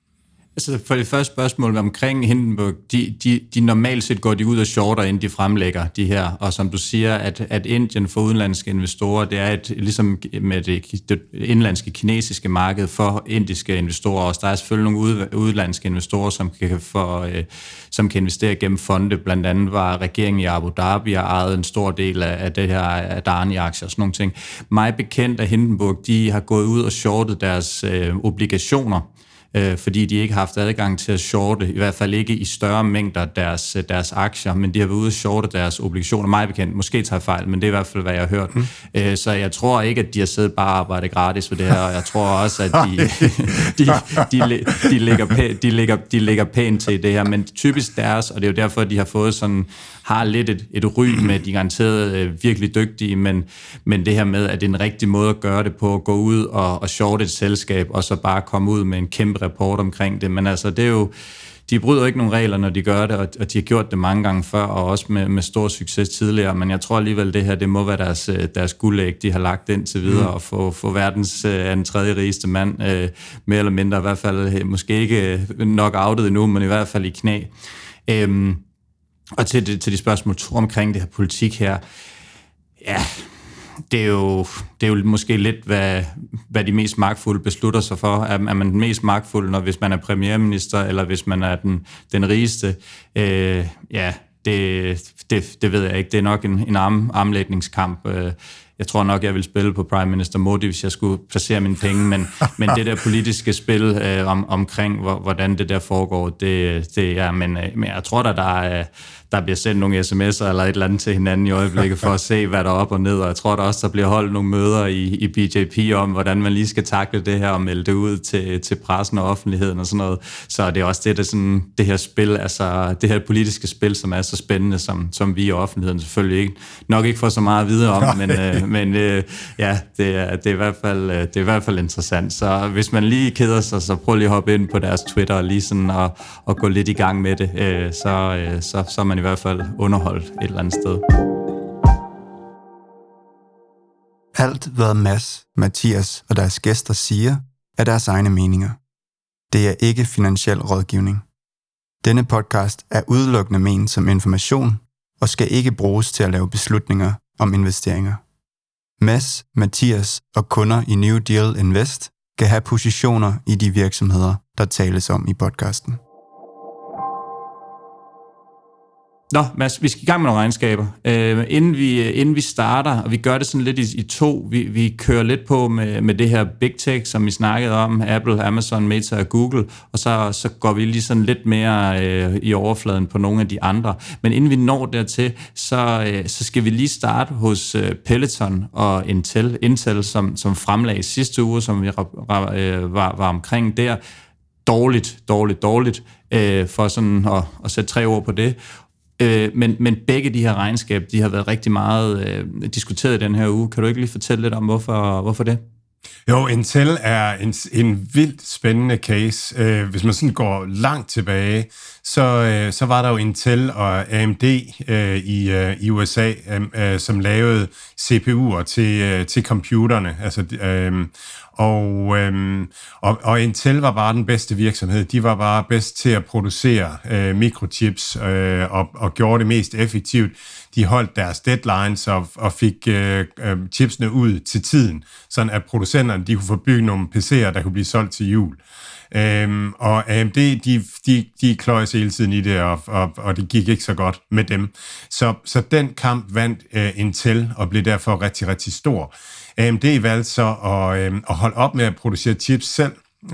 Altså for det første spørgsmål omkring Hindenburg, de, de, de normalt set går de ud og shorter, inden de fremlægger de her, og som du siger, at, at Indien for udenlandske investorer, det er et, ligesom med det, det indlandske kinesiske marked for indiske investorer også. Der er selvfølgelig nogle udenlandske investorer, som kan, for, øh, som kan investere gennem fonde. Blandt andet var regeringen i Abu Dhabi har ejet en stor del af, af det her Adani-aktier og sådan nogle ting. Mig bekendt af Hindenburg, de har gået ud og shortet deres øh, obligationer, fordi de ikke har haft adgang til at shorte, i hvert fald ikke i større mængder deres, deres aktier, men de har været ude og shorte deres obligationer, meget bekendt, måske tager fejl, men det er i hvert fald, hvad jeg har hørt. Mm. Så jeg tror ikke, at de har siddet bare og arbejdet gratis for det her, og jeg tror også, at de, de, de, de, ligger pæ, de, ligger, de ligger pænt til det her, men typisk deres, og det er jo derfor, at de har fået sådan, har lidt et, et ry med, de garanteret øh, virkelig dygtige, men, men det her med, at det er en rigtig måde at gøre det på, at gå ud og, og shorte et selskab, og så bare komme ud med en kæmpe rapport omkring det. Men altså, det er jo, de bryder ikke nogen regler, når de gør det, og de har gjort det mange gange før, og også med, med stor succes tidligere, men jeg tror alligevel, det her, det må være deres, deres guldæg, de har lagt ind til videre, mm. og få, få verdens uh, den tredje rigeste mand, uh, mere eller mindre, i hvert fald, måske ikke nok outet endnu, men i hvert fald i knæ. Um, og til, til de spørgsmål to omkring det her politik her, ja, det er jo, det er jo måske lidt, hvad, hvad de mest magtfulde beslutter sig for. Er, er man den mest magtfulde, når, hvis man er premierminister, eller hvis man er den, den rigeste? Øh, ja, det, det, det ved jeg ikke. Det er nok en, en arm, armlægningskamp. jeg tror nok, jeg vil spille på Prime Minister Modi, hvis jeg skulle placere mine penge, men, men det der politiske spil øh, om, omkring, hvor, hvordan det der foregår, det, det er, men, øh, men jeg tror da, der er, der bliver sendt nogle sms'er eller et eller andet til hinanden i øjeblikket for at se, hvad der er op og ned, og jeg tror da også, der bliver holdt nogle møder i, i B J P om, hvordan man lige skal takle det her og melde det ud til, til pressen og offentligheden og sådan noget. Så det er også det, der sådan, det her spil, altså det her politiske spil, som er så spændende, som, som vi i offentligheden selvfølgelig ikke, nok ikke får så meget videre om, men, øh, men øh, ja, det er, det, er i hvert fald, det er i hvert fald interessant. Så hvis man lige keder sig, så prøv lige at hoppe ind på deres Twitter og lige sådan og, og gå lidt i gang med det, øh, så, øh, så, så er man i hvert fald underholdt et eller andet sted. Alt, hvad Mads, Mathias og deres gæster siger, er deres egne meninger. Det er ikke finansiel rådgivning. Denne podcast er udelukkende ment som information og skal ikke bruges til at lave beslutninger om investeringer. Mads, Mathias og kunder i New Deal Invest kan have positioner i de virksomheder, der tales om i podcasten. Nå, Mads, vi skal i gang med nogle regnskaber. Øh, inden, vi, inden vi starter, og vi gør det sådan lidt i, i to, vi, vi kører lidt på med, med det her Big Tech, som vi snakkede om, Apple, Amazon, Meta og Google, og så, så går vi lige sådan lidt mere øh, i overfladen på nogle af de andre. Men inden vi når dertil, så, øh, så skal vi lige starte hos øh, Peloton og Intel, Intel som, som fremlagde sidste uge, som vi øh, var, var omkring der. Dårligt, dårligt, dårligt, øh, for sådan at, at sætte tre ord på det. Men, men begge de her regnskaber, de har været rigtig meget øh, diskuteret i den her uge. Kan du ikke lige fortælle lidt om, hvorfor, hvorfor det? Jo, Intel er en, en vildt spændende case. Øh, hvis man sådan går langt tilbage, så, øh, så var der jo Intel og A M D øh, i, øh, i U S A, øh, som lavede C P U'er til, øh, til computerne. Altså, øh, og, øh, og, og Intel var bare den bedste virksomhed. De var bare bedst til at producere øh, mikrochips øh, og, og gjorde det mest effektivt. De holdt deres deadlines og, og fik øh, øh, chipsene ud til tiden, sådan at producenterne de kunne få bygget nogle P C'er, der kunne blive solgt til jul. Øhm, og A M D, de, de, de kløjes hele tiden i det, og, og, og det gik ikke så godt med dem. Så, så den kamp vandt øh, Intel og blev derfor rigtig, rigtig stor. A M D valgte så at, øh, at holde op med at producere chips selv,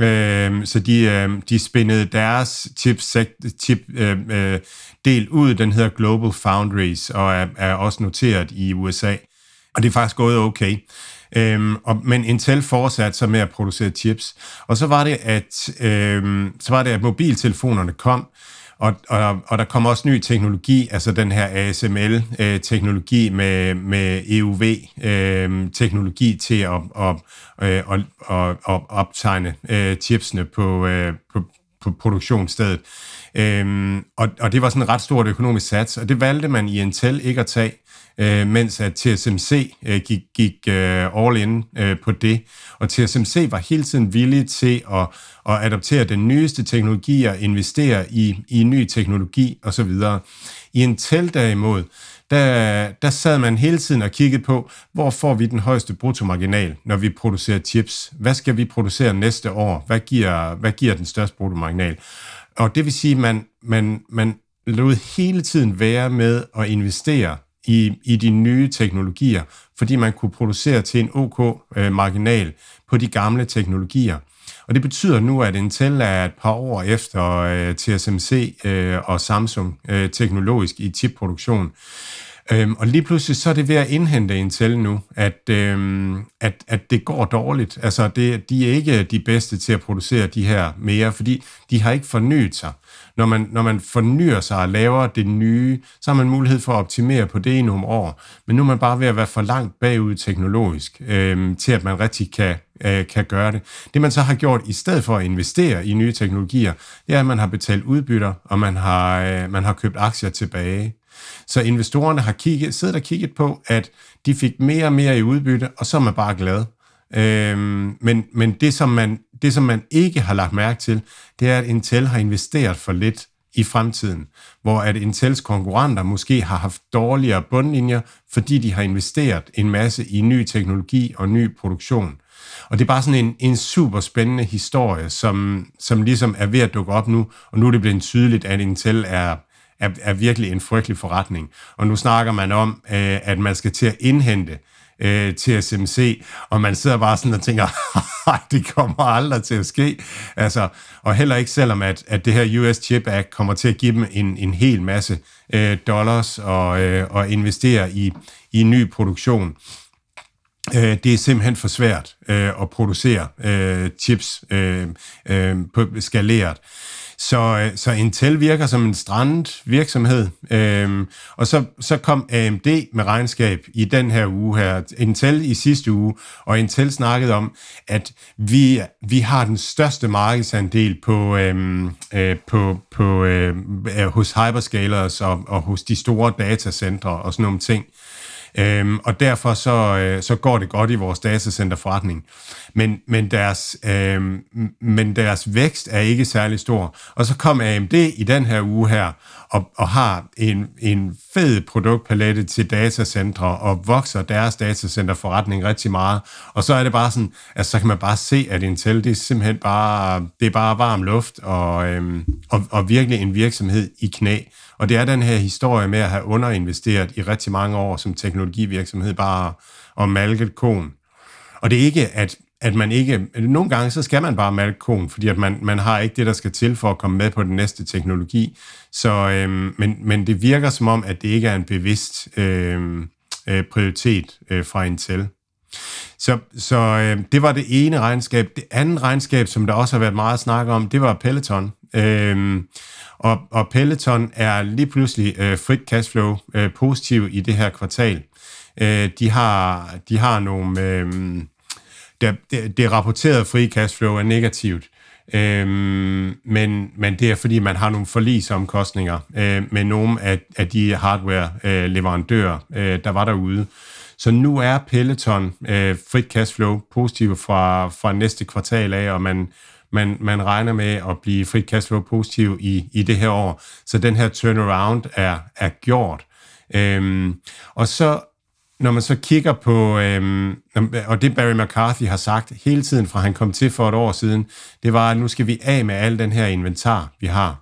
øh, så de, øh, de spændede deres chips, chip øh, øh, del ud. Den hedder Global Foundries og er, er også noteret i U S A. Og det er faktisk gået okay. Øhm, og, men Intel fortsatte så med at producere chips. Og så var det, at, øhm, så var det, at mobiltelefonerne kom, og, og, og der kom også ny teknologi, altså den her A S M L-teknologi med, med E U V-teknologi til at, at, at, at, at, at optegne øh, chipsene på, øh, på, på produktionsstedet. Øhm, og, og det var sådan en ret stort økonomisk sats, og det valgte man i Intel ikke at tage, øh, mens at T S M C øh, gik, gik øh, all in øh, på det. Og T S M C var hele tiden villig til at, at adoptere den nyeste teknologi og investere i, i ny teknologi osv. I Intel derimod, der, der sad man hele tiden og kiggede på, hvor får vi den højeste bruttomarginal, når vi producerer chips? Hvad skal vi producere næste år? Hvad giver, hvad giver den største bruttomarginal? Og det vil sige, at man, man, man lod hele tiden være med at investere i, i de nye teknologier, fordi man kunne producere til en OK øh, marginal på de gamle teknologier. Og det betyder nu, at Intel er et par år efter øh, T S M C øh, og Samsung øh, teknologisk i chipproduktion. Øhm, og lige pludselig så er det ved at indhente Intel nu, at, øhm, at, at det går dårligt. Altså, det, de er ikke de bedste til at producere de her mere, fordi de har ikke fornyet sig. Når man, når man fornyer sig og laver det nye, så har man mulighed for at optimere på det i nogle år. Men nu er man bare ved at være for langt bagud teknologisk, øhm, til at man rigtig kan, øh, kan gøre det. Det man så har gjort, i stedet for at investere i nye teknologier, det er, at man har betalt udbytter, og man har, øh, man har købt aktier tilbage. Så investorerne har kigget, siddet og kigget på, at de fik mere og mere i udbytte, og så er man bare glad. Øhm, men men det, som man, det, som man ikke har lagt mærke til, det er, at Intel har investeret for lidt i fremtiden, hvor at Intels konkurrenter måske har haft dårligere bundlinjer, fordi de har investeret en masse i ny teknologi og ny produktion. Og det er bare sådan en, en super spændende historie, som, som ligesom er ved at dukke op nu, og nu er det blevet tydeligt, at Intel er Er, er virkelig en frygtelig forretning. Og nu snakker man om, øh, at man skal til at indhente øh, T S M C, og man sidder bare sådan og tænker, det kommer aldrig til at ske. Altså, og heller ikke selvom, at, at det her U S Chip Act kommer til at give dem en, en hel masse øh, dollars og, øh, og investere i, i ny produktion. Øh, det er simpelthen for svært øh, at producere øh, chips øh, øh, på skaleret. Så, så Intel virker som en strandet virksomhed, øhm, og så, så kom A M D med regnskab i den her uge her, Intel i sidste uge, og Intel snakkede om, at vi, vi har den største markedsandel på, øhm, øh, på, på, øh, hos hyperscalers og, og hos de store datacentre og sådan nogle ting. Øhm, og derfor så, øh, så går det godt i vores datacenterforretning. Men, men, deres, øh, men deres vækst er ikke særlig stor. Og så kom A M D i den her uge her og, og har en, en fed produktpalette til datacentre og vokser deres datacenterforretning rigtig meget. Og så er det bare sådan, at så kan man bare se, at Intel det er simpelthen bare, det er bare varm luft og, øh, og, og virkelig en virksomhed i knæ. Og det er den her historie med at have underinvesteret i rigtig mange år som teknologivirksomhed, bare og malket koen. Og det er ikke, at, at man ikke... Nogle gange, så skal man bare malke koen, fordi at man, man har ikke det, der skal til for at komme med på den næste teknologi. Så, øhm, men, men det virker som om, at det ikke er en bevidst øhm, øh, prioritet øh, fra Intel. Så, så øh, det var det ene regnskab. Det andet regnskab, som der også har været meget snak om, det var Peloton. Øhm, og, og Peloton er lige pludselig øh, frit cashflow øh, positiv i det her kvartal. Øh, de har de har nogle øh, det, det, det rapporterede frie cashflow er negativt. Øh, men, men det er fordi man har nogle forligsomkostninger øh, med nogle af, af de hardware øh, leverandører øh, der var derude. Så nu er Peloton øh, frit cashflow positiv fra fra næste kvartal af, og man Man, man regner med at blive frit cashflow positiv i, i det her år. Så den her turnaround er, er gjort. Øhm, og så, når man så kigger på, øhm, og det Barry McCarthy har sagt hele tiden, fra han kom til for et år siden, det var, at nu skal vi af med al den her inventar, vi har.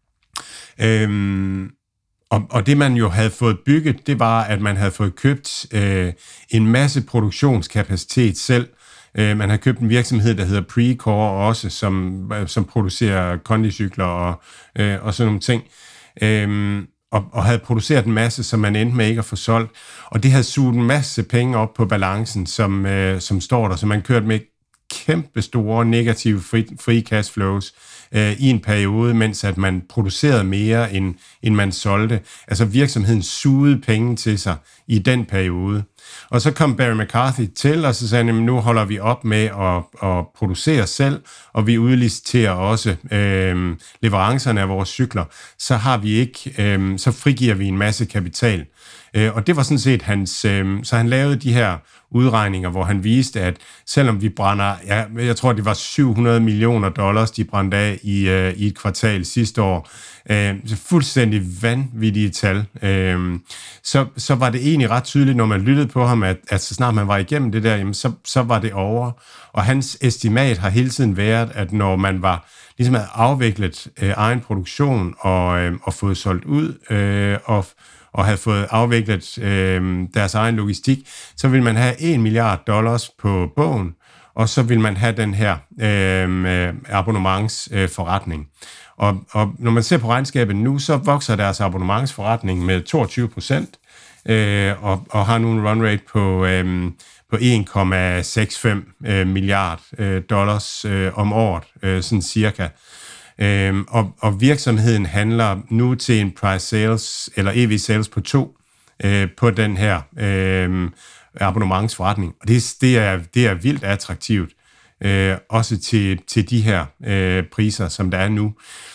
Øhm, og, og det man jo havde fået bygget, det var, at man havde fået købt øh, en masse produktionskapacitet selv. Man har købt en virksomhed, der hedder Precore også, som, som producerer kondicykler og, øh, og sådan nogle ting. Øhm, og, og havde produceret en masse, som man endte med ikke at få solgt. Og det havde suget en masse penge op på balancen, som, øh, som står der. Så man kørte med kæmpe store negative free, free cash flows øh, i en periode, mens at man producerede mere, end, end man solgte. Altså virksomheden sugede penge til sig i den periode. Og så kom Barry McCarthy til, og så sagde han, nu holder vi op med at, at producere selv, og vi udliciterer også øh, leverancerne af vores cykler. Så har vi ikke, øh, så frigiver vi en masse kapital. Øh, og det var sådan set hans, øh, så han lavede de her udregninger, hvor han viste, at selvom vi brænder, ja, jeg tror det var syv hundrede millioner dollars, de brændte af i, øh, i et kvartal sidste år. Øh, så fuldstændig vanvittige tal. Øh, så, så var det egentlig ret tydeligt, når man lyttede på ham, at, at så snart man var igennem det der, jamen, så, så var det over. Og hans estimat har hele tiden været, at når man var ligesom havde afviklet øh, egen produktion og, øh, og fået solgt ud øh, og og havde fået afviklet øh, deres egen logistik, så vil man have en milliard dollars på bogen, og så vil man have den her øh, abonnementsforretning. Øh, og, og når man ser på regnskabet nu, så vokser deres abonnementsforretning med toogtyve procent, øh, og, og har nu en run rate på, øh, på en komma seksoghalvfems øh, milliard øh, dollars øh, om året, øh, sådan cirka. Øhm, og, og virksomheden handler nu til en price sales, eller E V sales på to, øh, på den her øh, abonnementsforretning. Og det, det, er, det er vildt attraktivt, øh, også til, til de her øh, priser, som der er nu.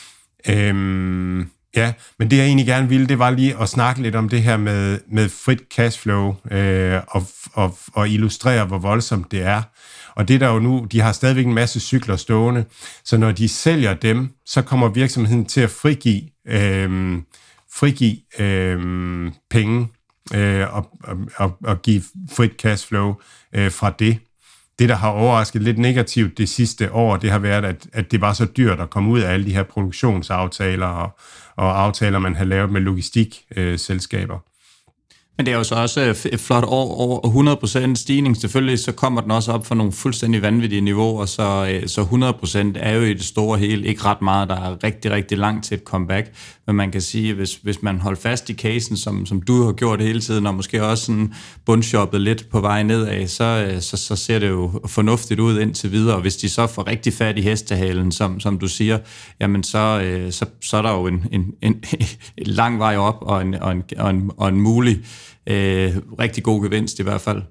Øhm, ja, men det jeg egentlig gerne ville, det var lige at snakke lidt om det her med, med frit cashflow, øh, og, og, og illustrere, hvor voldsomt det er. Og det der jo nu, de har stadigvæk en masse cykler stående, så når de sælger dem, så kommer virksomheden til at frigive, øh, frigive øh, penge øh, og, og, og give frit cashflow øh, fra det. Det, der har overrasket lidt negativt det sidste år, det har været, at, at det var så dyrt at komme ud af alle de her produktionsaftaler og, og aftaler, man har lavet med logistikselskaber. Øh, Men det er jo så også et flot år, over hundrede procent stigning. Selvfølgelig så kommer den også op for nogle fuldstændig vanvittige niveauer, så, så hundrede procent er jo i det store hele ikke ret meget. Der er rigtig, rigtig langt til et comeback. Men man kan sige, hvis, hvis man holder fast i casen, som, som du har gjort hele tiden, og måske også sådan bundshoppet lidt på vej nedad, så, så, så ser det jo fornuftigt ud indtil videre. Og hvis de så får rigtig fat i hestehalen, som, som du siger, jamen så, så, så er der jo en, en, en, en lang vej op og en, og en, og en, og en mulig Øh, rigtig god gevinst i hvert fald.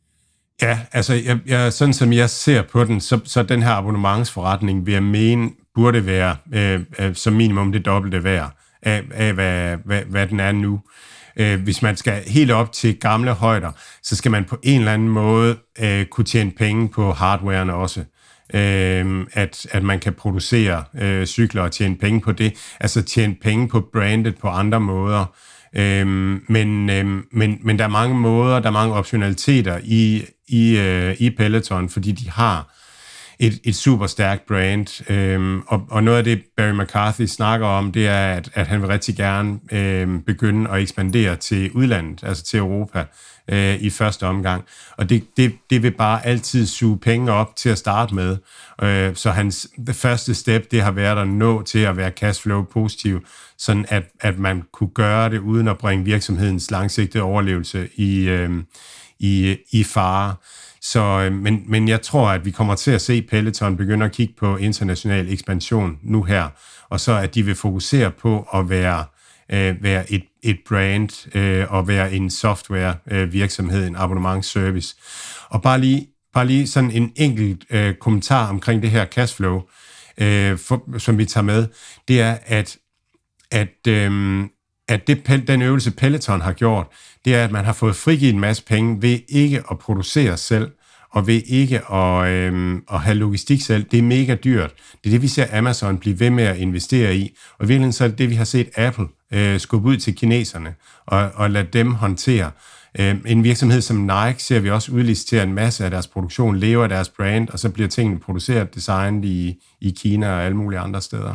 Ja, altså jeg, jeg, sådan som jeg ser på den, så, så den her abonnementsforretning vil jeg mene, burde være øh, øh, som minimum det dobbelte værd af, af hvad, hvad, hvad den er nu. Øh, hvis man skal helt op til gamle højder, så skal man på en eller anden måde øh, kunne tjene penge på hardwaren også. Øh, at, at man kan producere øh, cykler og tjene penge på det, altså tjene penge på brandet på andre måder. Øhm, men, øhm, men, men der er mange måder, der er mange optionaliteter i, i, øh, i Peloton, fordi de har et, et super stærkt brand. Øhm, og, og noget af det, Barry McCarthy snakker om, det er, at, at han vil rigtig gerne øhm, begynde at ekspandere til udlandet, altså til Europa øh, i første omgang. Og det, det, det vil bare altid suge penge op til at starte med. Øh, så hans det første step, det har været at nå til at være cashflow positiv, sådan at, at man kunne gøre det uden at bringe virksomhedens langsigtede overlevelse i, øh, i, i fare. Så, øh, men, men jeg tror, at vi kommer til at se Peloton begynde at kigge på international ekspansion nu her, og så at de vil fokusere på at være, øh, være et, et brand øh, og være en software øh, virksomhed, en abonnementsservice. Og bare lige, bare lige sådan en enkelt øh, kommentar omkring det her cashflow, øh, for, som vi tager med, det er, at at, øhm, at det, den øvelse Peloton har gjort, det er, at man har fået frigivet en masse penge ved ikke at producere selv, og ved ikke at, øhm, at have logistik selv. Det er mega dyrt. Det er det, vi ser Amazon blive ved med at investere i. Og i virkeligheden så er det det, vi har set Apple øh, skubbe ud til kineserne, og, og lade dem håndtere. Øh, en virksomhed som Nike ser vi også udlicitere en masse af deres produktion, lever af deres brand, og så bliver tingene produceret, designet i, i Kina og alle mulige andre steder.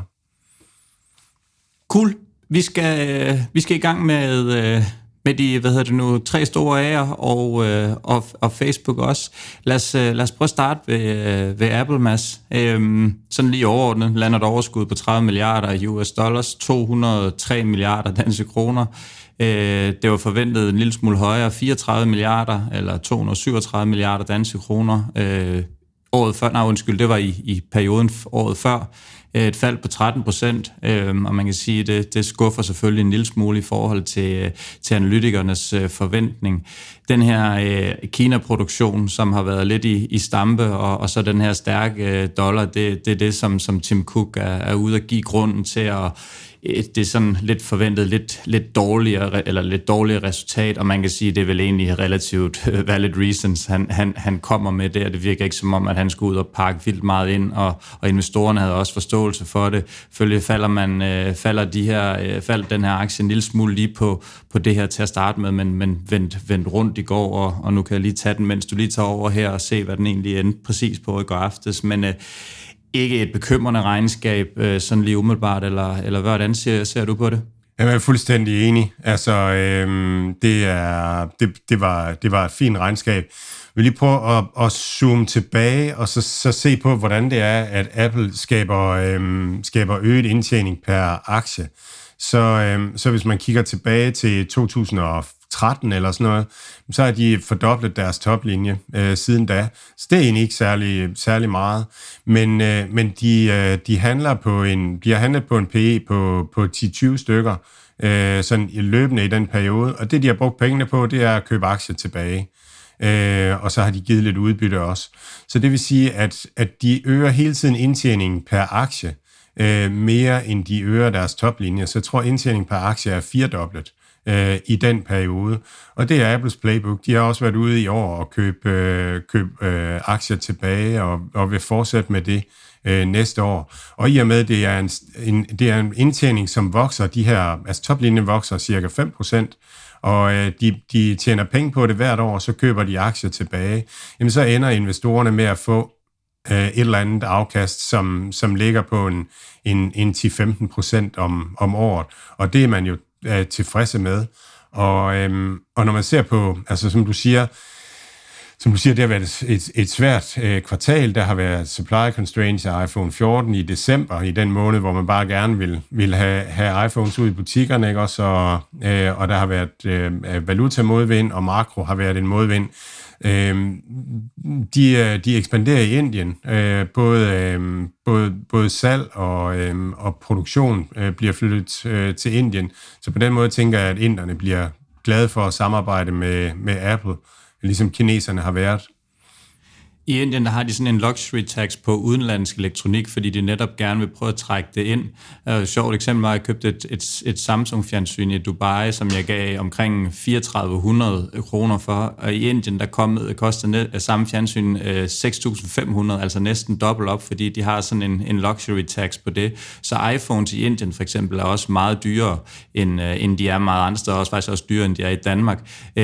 Cool. Vi skal, vi skal i gang med, med de, hvad hedder det nu, tre store A'er og, og, og Facebook også. Lad os, lad os prøve at starte ved, ved Apple, Mads. Øhm, sådan lige overordnet lander et overskud på tredive milliarder U S dollars, to hundrede og tre milliarder danske kroner. Øh, det var forventet en lille smule højere, fireogtredive milliarder eller to hundrede og syvogtredive milliarder danske kroner. Øh, året før, nej undskyld, det var i, i perioden året før. Et fald på tretten procent, øh, og man kan sige, at det, det skuffer selvfølgelig en lille smule i forhold til, til analytikernes øh, forventning. Den her øh, Kina-produktion, som har været lidt i, i stampe, og, og så den her stærke øh, dollar, det, det er det, som, som Tim Cook er, er ude at give grunden til at det er sådan lidt forventet lidt, lidt dårligere eller lidt dårligere resultat, og man kan sige, at det er vel egentlig relativt valid reasons, han, han, han kommer med det, og det virker ikke som om, at han skulle ud og pakke vildt meget ind, og, og investorerne havde også forståelse for det. Følge falder man øh, falder de her øh, falder den her aktie en lille smule lige på, på det her til at starte med, men, men vendt, vendt rundt i går, og, og nu kan jeg lige tage den, mens du lige tager over her og se, hvad den egentlig endte præcis på i går aftes, men øh, ikke et bekymrende regnskab, øh, sådan lige umiddelbart, eller, eller hvordan ser, ser du på det? Jeg er fuldstændig enig. Altså, øhm, det, er, det, det, var, det var et fint regnskab. Vi vil lige prøve at, at zoome tilbage, og så, så se på, hvordan det er, at Apple skaber, øhm, skaber øget indtjening per aktie. Så, øhm, så hvis man kigger tilbage til to tusind og tretten eller sådan noget, så har de fordoblet deres toplinje øh, siden da. Så det er egentlig ikke særlig, særlig meget. Men, øh, men de, øh, de, handler på en, de har handlet på en P E på, på ti til tyve stykker, øh, sådan løbende i den periode. Og det, de har brugt pengene på, det er at købe aktier tilbage. Øh, og så har de givet lidt udbytte også. Så det vil sige, at, at de øger hele tiden indtjeningen per aktie, øh, mere end de øger deres toplinje. Så jeg tror, indtjeningen per aktie er firedoblet i den periode. Og det er Apples playbook. De har også været ude i år og købe, øh, købe øh, aktier tilbage og, og vil fortsætte med det øh, næste år. Og i og med, det er en, en, det er en indtjening, som vokser, de her, altså toplinjen vokser cirka fem procent, og øh, de, de tjener penge på det hvert år, og så køber de aktier tilbage. Jamen så ender investorerne med at få øh, et eller andet afkast, som, som ligger på en, en, en ti til femten procent om, om året. Og det er man jo er tilfredse med. Og, øhm, og når man ser på, altså som du siger, Som du siger, det har været et, et svært øh, kvartal. Der har været supply constraints af iPhone fjorten i december, i den måned, hvor man bare gerne vil, vil have, have iPhones ud i butikkerne, ikke også? Og, øh, og der har været øh, valutamodvind, og makro har været en modvind. Øh, de, de ekspanderer i Indien. Øh, både, øh, både, både salg og, øh, og produktion øh, bliver flyttet øh, til Indien. Så på den måde tænker jeg, at inderne bliver glade for at samarbejde med, med Apple, ligesom kineserne har været. I Indien der har de sådan en luxury tax på udenlandsk elektronik, fordi de netop gerne vil prøve at trække det ind. Et sjovt eksempel var, at jeg købte et, et, et Samsung-fjernsyn i Dubai, som jeg gav omkring fireogtredive hundrede kroner for. Og i Indien der kom, kostede samme fjernsyn seks tusind fem hundrede, altså næsten dobbelt op, fordi de har sådan en, en luxury tax på det. Så iPhones i Indien for eksempel er også meget dyrere, end, end de er meget andre steder, også faktisk også dyrere, end de er i Danmark.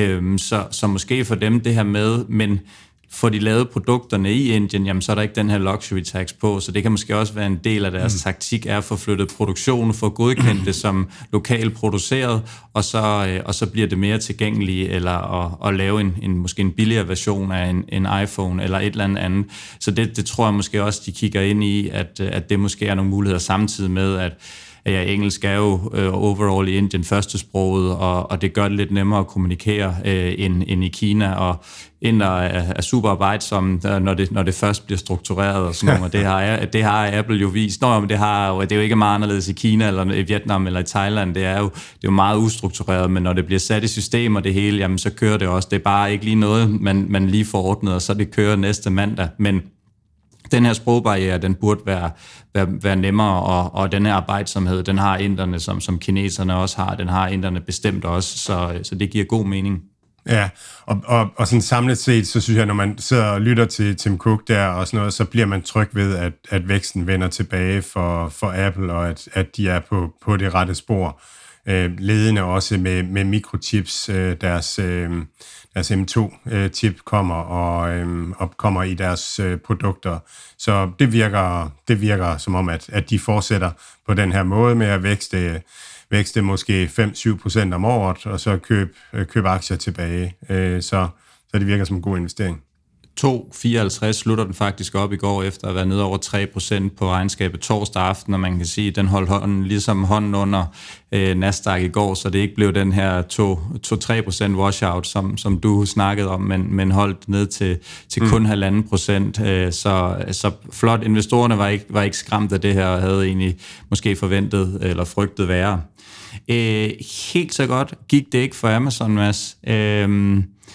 Så, så måske for dem det her med, men får de lavet produkterne i Indien, jamen så er der ikke den her luxury tax på, så det kan måske også være en del af deres mm. taktik, er at få flyttet produktionen, få godkendt det som lokalt produceret, og så, og så bliver det mere tilgængeligt, eller at, at lave en, en, måske en billigere version af en, en iPhone, eller et eller andet. Så det, det tror jeg måske også, de kigger ind i, at, at det måske er nogle muligheder samtidig med, at Ja, engelsk er jo øh, overall i Indien førstesproget, og, og det gør det lidt nemmere at kommunikere øh, end, end i Kina, og inder er, er super arbejdsomme, når det, når det først bliver struktureret og sådan noget, og det har, det har Apple jo vist. Nå, men det, har, det er jo ikke meget anderledes i Kina, eller i Vietnam, eller i Thailand, det er jo, det er jo meget ustruktureret, men når det bliver sat i system og det hele, jamen så kører det også. Det er bare ikke lige noget, man, man lige får ordnet, og så det kører næste mandag, men den her sprogbarriere, den burde være, være, være nemmere, og, og den her arbejdsomhed, den har inderne, som, som kineserne også har, den har inderne bestemt også, så, så det giver god mening. Ja, og, og, og sådan samlet set, så synes jeg, når man sidder og lytter til Tim Cook der og sådan noget, så bliver man tryg ved, at, at væksten vender tilbage for, for Apple, og at, at de er på, på det rette spor. Øh, ledende også med, med mikrochips, øh, deres... Øh, deres M to chip kommer og, øhm, og kommer i deres øh, produkter. Så det virker, det virker som om, at, at de fortsætter på den her måde med at vækste, vækste måske fem til syv procent om året, og så købe køb aktier tilbage. Øh, så, så det virker som en god investering. to komma fireoghalvtreds slutter den faktisk op i går, efter at være nede over tre procent på regnskabet torsdag aften, og man kan sige, at den holdt hånden, ligesom hånden under øh, Nasdaq i går, så det ikke blev den her to til tre procent washout, som, som du snakkede om, men, men holdt ned til, til kun halvanden mm. procent. Øh, så, så flot. Investorerne var ikke, var ikke skræmt af det her, og havde egentlig måske forventet eller frygtet værre. Øh, helt så godt gik det ikke for Amazon, Mads. Øh,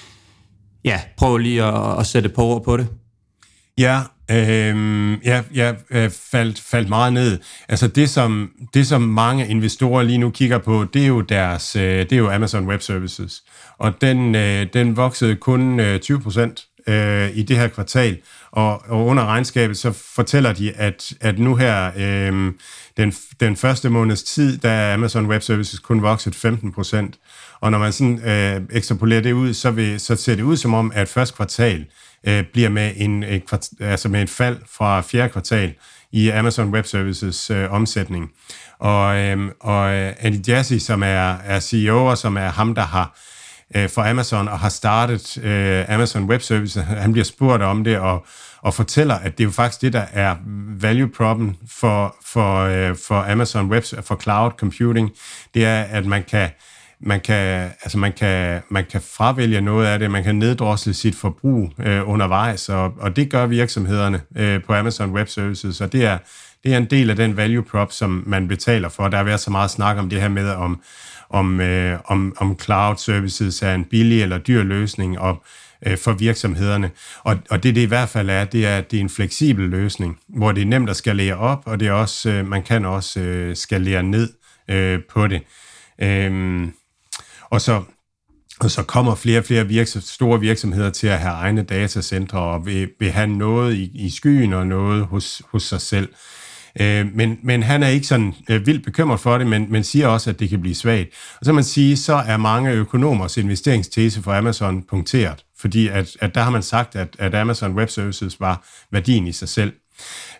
Ja, prøv lige at, at sætte på ord på det. Ja, øh, jeg, jeg faldt, faldt meget ned. Altså det som, det, som mange investorer lige nu kigger på, det er jo, deres, det er jo Amazon Web Services. Og den, den voksede kun tyve procent i det her kvartal. Og, og under regnskabet, så fortæller de, at, at nu her, øh, den, den første måneds tid, der er Amazon Web Services kun vokset femten procent. Og når man sådan øh, ekstrapolerer det ud, så, vil, så ser det ud som om, at første kvartal øh, bliver med, en, et, altså med et fald fra fjerde kvartal i Amazon Web Services øh, omsætning. Og, øh, og Andy Jassy, som er, er C E O, og som er ham, der har øh, for Amazon og har startet øh, Amazon Web Services, han bliver spurgt om det, og, og fortæller, at det er jo faktisk det, der er value problem for, for, øh, for Amazon Web, for cloud computing, det er, at man kan Man kan, altså man kan, man kan fravælge noget af det, man kan neddrosle sit forbrug øh, undervejs, og, og det gør virksomhederne øh, på Amazon Web Services, og det er, det er en del af den value prop, som man betaler for. Der har været så meget snak om det her med, om, om, øh, om, om cloud services er en billig eller dyr løsning og, øh, for virksomhederne, og, og det det i hvert fald er, det er, det er en fleksibel løsning, hvor det er nemt at skalere op, og det er også, øh, man kan også øh, skalere ned øh, på det. Øh, Og så, og så kommer flere og flere virksom, store virksomheder til at have egne datacentre og vil, vil have noget i, i skyen og noget hos, hos sig selv. Øh, men, men han er ikke sådan øh, vildt bekymret for det, men, men siger også, at det kan blive svagt. Og så man sige, så er mange økonomers investeringstese for Amazon punkteret, fordi at, at der har man sagt, at, at Amazon Web Services var værdien i sig selv.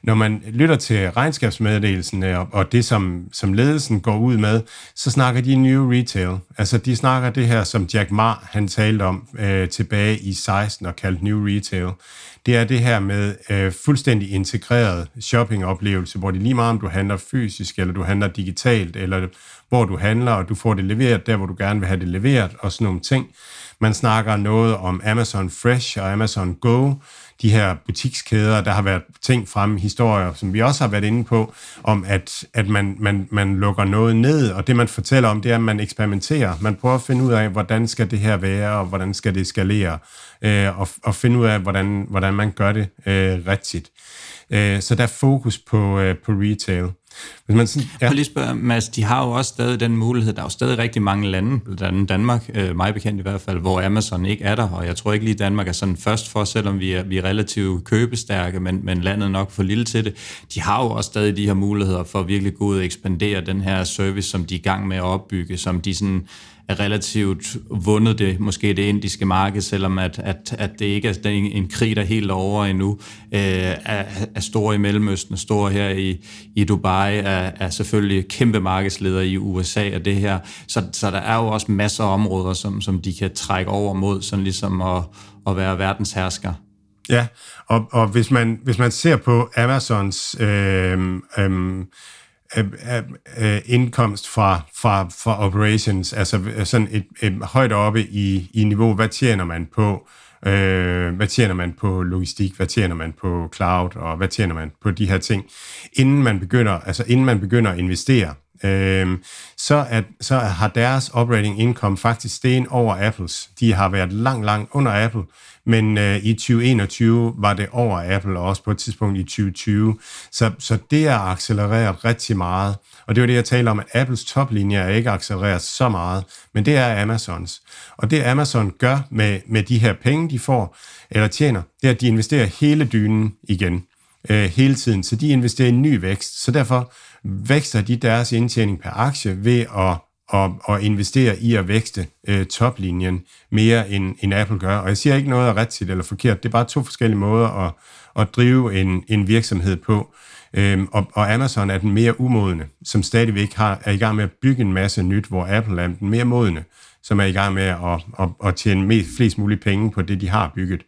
når man lytter til regnskabsmeddelelsen og, og det, som, som ledelsen går ud med, så snakker de new retail. Altså, de snakker det her, som Jack Ma, han talte om øh, tilbage i seksten og kaldte new retail. Det er det her med øh, fuldstændig integreret shoppingoplevelse, hvor det lige meget om du handler fysisk, eller du handler digitalt, eller hvor du handler, og du får det leveret der, hvor du gerne vil have det leveret, og sådan nogle ting. Man snakker noget om Amazon Fresh og Amazon Go, de her butikskæder, der har været ting fremme, historier, som vi også har været inde på, om at, at man, man, man lukker noget ned, og det man fortæller om, det er, at man eksperimenterer. Man prøver at finde ud af, hvordan skal det her være, og hvordan skal det skalere, øh, og, og finde ud af, hvordan, hvordan man gør det øh, rigtigt. Øh, så der er fokus på, øh, på retail. Hvis man sådan, ja. Jeg vil lige spørge, Mads, de har jo også stadig den mulighed, der er jo stadig rigtig mange lande, blandt andet Danmark, øh, mig bekendt i hvert fald, hvor Amazon ikke er der, og jeg tror ikke lige, Danmark er sådan først for, selvom vi er, vi er relativt købestærke, men, men landet nok for lille til det. De har jo også stadig de her muligheder for at virkelig gå ud og ekspandere den her service, som de er i gang med at opbygge, som de sådan er relativt vundet det, måske det indiske marked, selvom at, at, at det ikke er en, en krig, der er helt over endnu, øh, er, er store i Mellemøsten, er store her i, i Dubai, er, er selvfølgelig kæmpe markedsleder i U S A og det her. Så, så der er jo også masser af områder, som, som de kan trække over mod, sådan ligesom at, at være verdenshersker. Ja, og, og hvis, man, hvis man ser på Amazons øh, øh, øh, indkomst fra, fra, fra operations, altså sådan et, et højt oppe i, i niveau, hvad tjener man på, øh, hvad tjener man på logistik, hvad tjener man på cloud, og hvad tjener man på de her ting, inden man begynder, altså inden man begynder at investere, øh, så, at, så har deres operating income faktisk steget over Apples. De har været langt, langt under Apple, men øh, i tyve enogtyve var det over Apple, og også på et tidspunkt i tyve tyve. Så, så det er accelereret rigtig meget. Og det var det, jeg taler om, at Apples toplinje er ikke accelereret så meget, men det er Amazons. Og det Amazon gør med, med de her penge, de får, eller tjener, det er, at de investerer hele dynen igen, øh, hele tiden. Så de investerer i ny vækst. Så derfor vækster de deres indtjening per aktie ved at Og, og investere i at vækste øh, toplinjen mere end, end Apple gør. Og jeg siger ikke noget er rigtigt eller forkert, det er bare to forskellige måder at, at drive en, en virksomhed på. Øhm, og, og Amazon er den mere umodne, som stadigvæk har, er i gang med at bygge en masse nyt, hvor Apple er den mere modne, som er i gang med at, at, at tjene mest, flest mulige penge på det, de har bygget.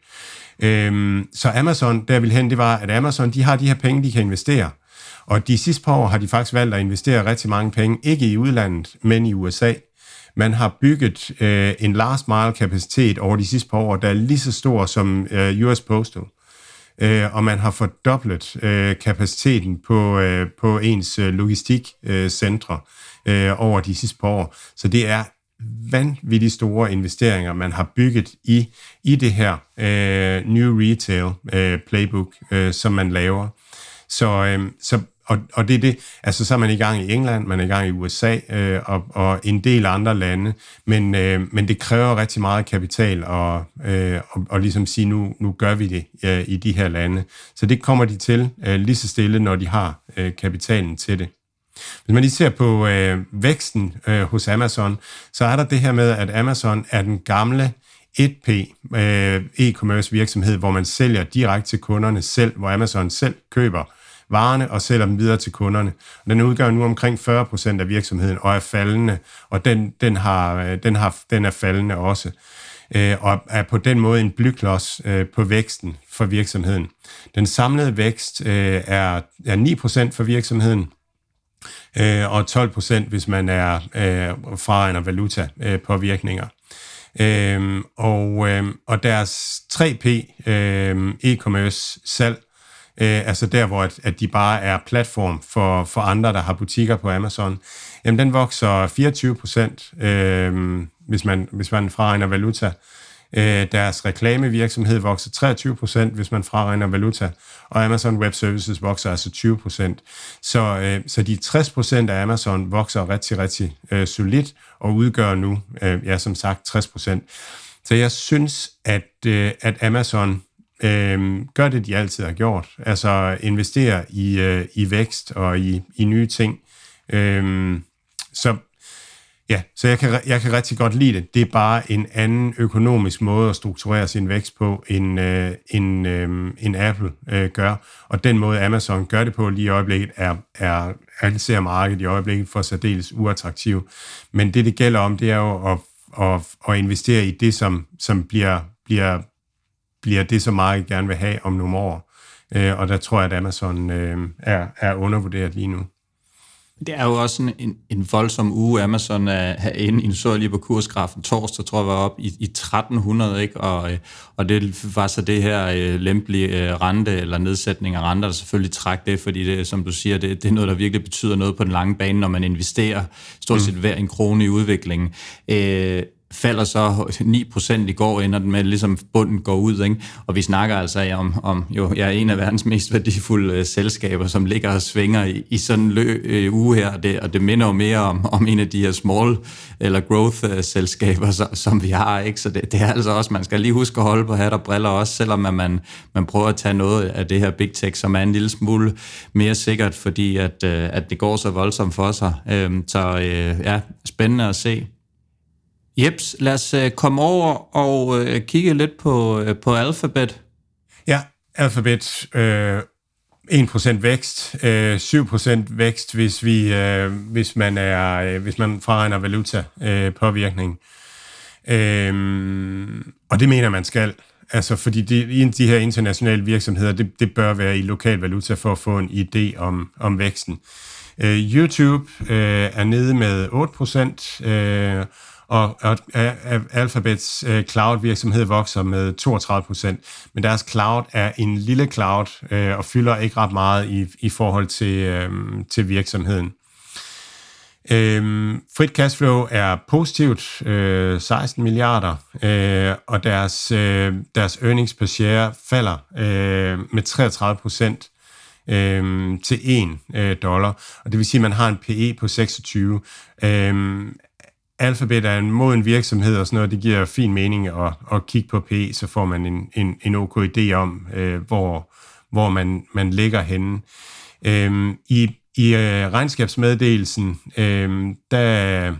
Øhm, så Amazon, der vil hen, det var, at Amazon, de har de her penge, de kan investere. Og de sidste par år har de faktisk valgt at investere rigtig mange penge, ikke i udlandet, men i U S A. Man har bygget øh, en last mile kapacitet over de sidste par år, der er lige så stor som øh, U S Postal. Øh, og man har fordoblet øh, kapaciteten på, øh, på ens øh, logistikcentre øh, over de sidste par år. Så det er vanvittigt store investeringer, man har bygget i, i det her øh, new retail øh, playbook, øh, som man laver. Så, øh, så Og, og det er det, altså så er man i gang i England, man er i gang i U S A øh, og, og en del andre lande, men, øh, men det kræver rigtig meget kapital og, øh, og, og ligesom sige, nu, nu gør vi det øh, i de her lande. Så det kommer de til øh, lige så stille, når de har øh, kapitalen til det. Hvis man lige ser på øh, væksten øh, hos Amazon, så er der det her med, at Amazon er den gamle et P øh, e-commerce virksomhed, hvor man sælger direkte til kunderne selv, hvor Amazon selv køber varerne og sælger dem videre til kunderne. Den udgør nu omkring fyrre procent af virksomheden og er faldende, og den, den, har, den, har, den er faldende også. Øh, og er på den måde en blyklods øh, på væksten for virksomheden. Den samlede vækst øh, er, er ni procent for virksomheden, øh, og tolv procent, hvis man er øh, fraregner valuta øh, påvirkninger. Øh, og, øh, og deres tre P øh, e-commerce salg, Øh, altså der, hvor at, at de bare er platform for, for andre, der har butikker på Amazon, jamen den vokser fireogtyve procent, øh, hvis, man, hvis man fraregner valuta. Øh, deres reklamevirksomhed vokser treogtyve procent, hvis man fraregner valuta, og Amazon Web Services vokser altså tyve procent. Så, øh, så de tres procent af Amazon vokser rigtig, rigtig øh, solidt, og udgør nu, øh, ja som sagt, tres procent. Så jeg synes, at, øh, at Amazon Øhm, gør det, de altid har gjort. Altså investere i, øh, i vækst og i, i nye ting. Øhm, så Ja, så jeg kan, jeg kan rigtig godt lide det. Det er bare en anden økonomisk måde at strukturere sin vækst på, end, øh, end, øh, end Apple øh, gør. Og den måde Amazon gør det på lige i øjeblikket, er, er anser markedet i øjeblikket for særdeles uattraktiv. Men det, det gælder om, det er jo at, at, at investere i det, som, som bliver, bliver, bliver det, som markedet gerne vil have om nogle år. Øh, og der tror jeg, at Amazon øh, er, er undervurderet lige nu. Det er jo også en, en voldsom uge. Amazon er herinde, en så lige på kursgrafen torsdag, tror jeg var op i, i tretten hundrede, ikke? Og, og det var så det her uh, lempelige uh, rente, eller nedsætning af renter, der selvfølgelig træk det, fordi det, som du siger, det, det er noget, der virkelig betyder noget på den lange bane, når man investerer stort set hver en krone i udviklingen. Uh, falder så ni procent i går, ender den med, ligesom bunden går ud, ikke? Og vi snakker altså om, om jo, jeg er en af verdens mest værdifulde uh, selskaber, som ligger og svinger i, i sådan en lø, uh, uge her, og det, og det minder jo mere om, om en af de her small eller growth-selskaber, uh, som, som vi har, ikke? Så det, det er altså også, man skal lige huske at holde på hat og briller også, selvom at man, man prøver at tage noget af det her big tech, som er en lille smule mere sikkert, fordi at, uh, at det går så voldsomt for sig. Uh, så uh, ja, spændende at se. Jeps, lad os uh, komme over og uh, kigge lidt på, uh, på Alphabet. Ja, Alphabet, øh, en procent vækst, øh, syv procent vækst, hvis, vi, øh, hvis, man, er, øh, hvis man fraregner valuta-påvirkning. Øh, øh, og det mener man skal. Altså, fordi de, de her internationale virksomheder, det, det bør være i lokal valuta for at få en idé om, om væksten. Øh, YouTube øh, er nede med otte procent, øh, og, og Alphabets øh, cloud-virksomhed vokser med toogtredive procent, men deres cloud er en lille cloud øh, og fylder ikke ret meget i, i forhold til, øh, til virksomheden. Øh, frit cashflow er positivt, øh, seksten milliarder, øh, og deres, øh, deres earnings per share falder øh, med treogtredive procent øh, til en dollar, og det vil sige, at man har en P E på seksogtyve. Øh, Alphabet er en moden virksomhed og sådan noget, det giver fin mening at, at kigge på P E, så får man en, en, en ok idé om, øh, hvor, hvor man, man ligger henne. Øh, I i øh, regnskabsmeddelelsen, øh, der,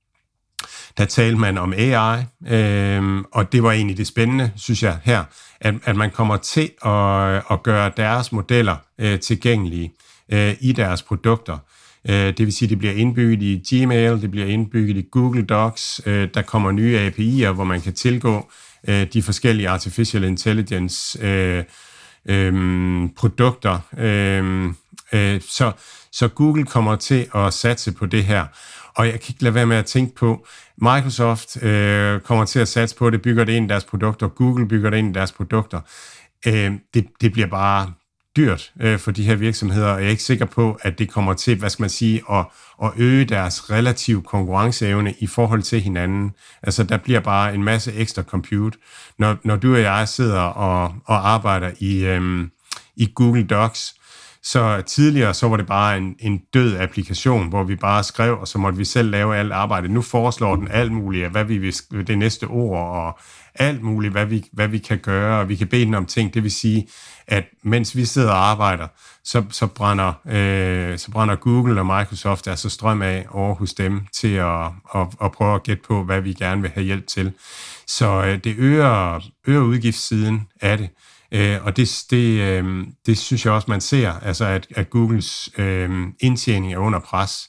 der talte man om A I, øh, og det var egentlig det spændende, synes jeg her, at, at man kommer til at, at gøre deres modeller øh, tilgængelige øh, i deres produkter. Det vil sige, at det bliver indbygget i Gmail, det bliver indbygget i Google Docs, der kommer nye A P I'er, hvor man kan tilgå de forskellige artificial intelligence øh, øh, produkter. Øh, øh, så, så Google kommer til at satse på det her. Og jeg kan ikke lade være med at tænke på, Microsoft øh, kommer til at satse på det, bygger det ind i deres produkter, Google bygger det ind i deres produkter. Øh, det, det bliver bare dyrt øh, for de her virksomheder, og jeg er ikke sikker på, at det kommer til, hvad skal man sige, at, at øge deres relative konkurrenceevne i forhold til hinanden. Altså, der bliver bare en masse ekstra compute. Når, når du og jeg sidder og, og arbejder i, øhm, i Google Docs, så tidligere så var det bare en, en død applikation, hvor vi bare skrev, og så måtte vi selv lave alt arbejde. Nu foreslår den alt muligt, hvad vi vil, det næste ord, og alt muligt, hvad vi, hvad vi kan gøre, og vi kan bede den om ting. Det vil sige, at mens vi sidder og arbejder, så, så, brænder, øh, så brænder Google og Microsoft altså strøm af over hos dem til at, at, at prøve at gætte på, hvad vi gerne vil have hjælp til. Så øh, det øger, øger udgiftssiden af det. Øh, og det, det, øh, det synes jeg også, man ser, altså at, at Googles øh, indtjening er under pres.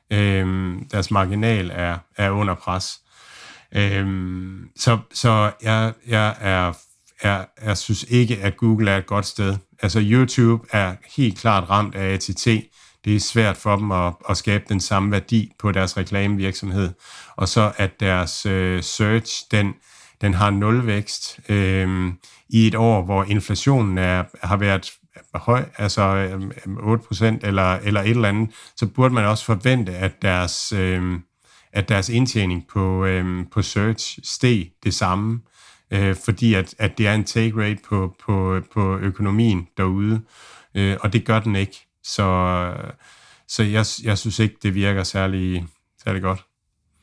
Øh, deres marginal er, er under pres. Øh, så så jeg, jeg, er, er, jeg synes ikke, at Google er et godt sted. Altså YouTube er helt klart ramt af A T T. Det er svært for dem at, at skabe den samme værdi på deres reklamevirksomhed. Og så at deres øh, search, den, den har nulvækst øh, i et år, hvor inflationen er, har været høj, altså otte procent eller, eller et eller andet, så burde man også forvente, at deres, øh, at deres indtjening på, øh, på search steg det samme, øh, fordi at, at det er en take rate på, på, på økonomien derude, øh, og det gør den ikke. Så, så jeg, jeg synes ikke, det virker særlig, særlig godt.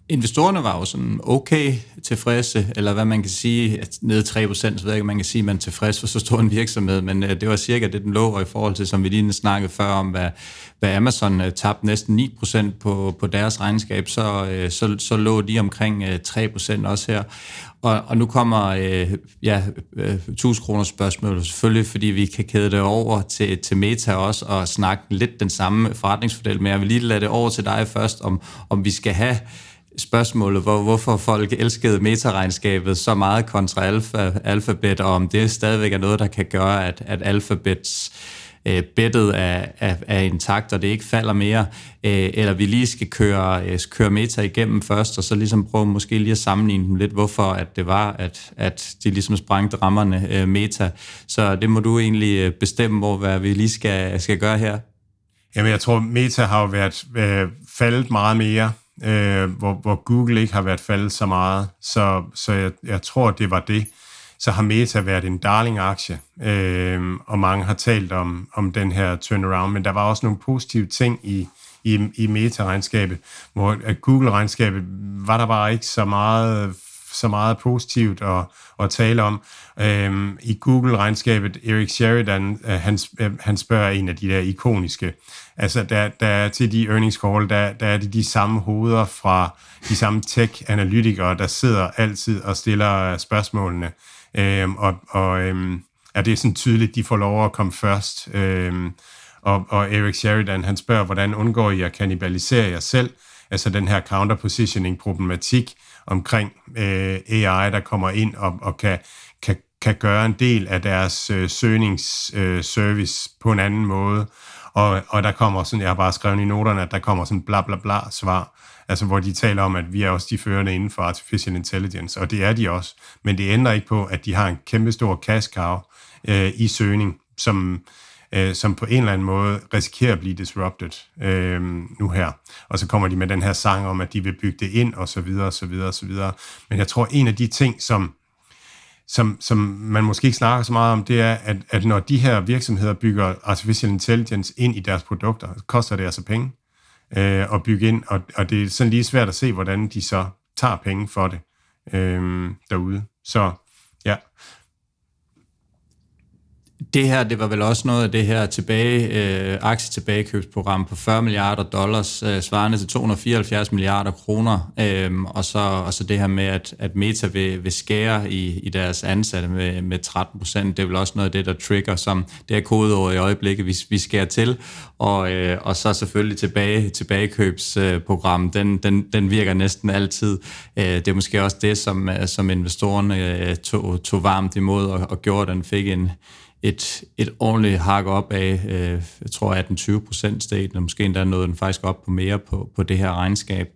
Investorerne var jo sådan okay tilfredse, eller hvad man kan sige, at nede tre procent, så ved jeg ikke, man kan sige, at man er tilfreds for så stor en virksomhed, men det var cirka det, den lå, og i forhold til, som vi lige snakkede før om, hvad, hvad Amazon tabte næsten ni procent på, på deres regnskab, så, så, så lå de omkring tre procent også her. Og, og nu kommer øh, ja, tusind kroner spørgsmål selvfølgelig, fordi vi kan kæde det over til, til Meta også, og snakke lidt den samme forretningsmodel, men jeg vil lige lade det over til dig først, om, om vi skal have spørgsmålet, hvor, hvorfor folk elskede meta-regnskabet så meget kontra alfa, Alphabet, og om det stadigvæk er noget, der kan gøre, at, at Alphabets øh, bettet er, er, er intakt, og det ikke falder mere, øh, eller vi lige skal køre, øh, køre meta igennem først, og så ligesom prøve måske lige at sammenligne dem lidt, hvorfor at det var, at, at de ligesom sprængte rammerne øh, meta. Så det må du egentlig bestemme, hvor hvad vi lige skal, skal gøre her. Jamen, jeg tror, Meta har jo været øh, faldet meget mere, øh, hvor, hvor Google ikke har været faldet så meget. Så, så jeg, jeg tror, det var det. Så har Meta været en darling-aktie, øh, og mange har talt om, om den her turnaround, men der var også nogle positive ting i, i, i Meta-regnskabet, hvor at Google-regnskabet var der bare ikke så meget, så meget positivt at, at tale om. Øhm, I Google-regnskabet, Eric Sheridan, øh, han, øh, han spørger en af de der ikoniske. Altså, der, der til de earnings call, der, der er det de samme hoveder fra de samme tech-analytikere, der sidder altid og stiller spørgsmålene. Øhm, og og øhm, ja, det er sådan tydeligt, de får lov at komme først. Øhm, og, og Eric Sheridan, han spørger, hvordan undgår I at kannibalisere jer selv? Altså den her counterpositioning-problematik omkring øh, A I, der kommer ind og, og kan, kan, kan gøre en del af deres øh, søgningsservice øh, på en anden måde. Og, og der kommer sådan, jeg har bare skrevet i noterne, at der kommer sådan bla bla bla svar, altså hvor de taler om, at vi er også de førende inden for artificial intelligence, og det er de også. Men det ændrer ikke på, at de har en kæmpe stor cash cow øh, i søgning, som... Øh, som på en eller anden måde risikerer at blive disrupted øh, nu her. Og så kommer de med den her sang om, at de vil bygge det ind, og så videre, og så videre, og så videre. Men jeg tror, en af de ting, som, som, som man måske ikke snakker så meget om, det er, at, at når de her virksomheder bygger artificial intelligence ind i deres produkter, så koster det altså penge øh, at bygge ind, og, og det er sådan lige svært at se, hvordan de så tager penge for det øh, derude. Så ja... Det her, det var vel også noget af det her tilbage, øh, aktietilbagekøbsprogram på fyrre milliarder dollars, øh, svarende til to hundrede og fireoghalvfjerds milliarder kroner, øh, og, så, og så det her med, at, at Meta vil, vil skære i, i deres ansatte med, med tretten procent, det er vel også noget af det, der trigger, som det er kodeord i øjeblikket, vi, vi skærer til, og, øh, og så selvfølgelig tilbage, tilbagekøbsprogram, den, den, den virker næsten altid. Øh, det er måske også det, som, som investorerne øh, tog, tog varmt imod, og, og gjorde, at den fik en et, et ordentligt hak op af, øh, jeg tror atten til tyve procent stat, eller måske endda nåede den faktisk op på mere på, på det her regnskab.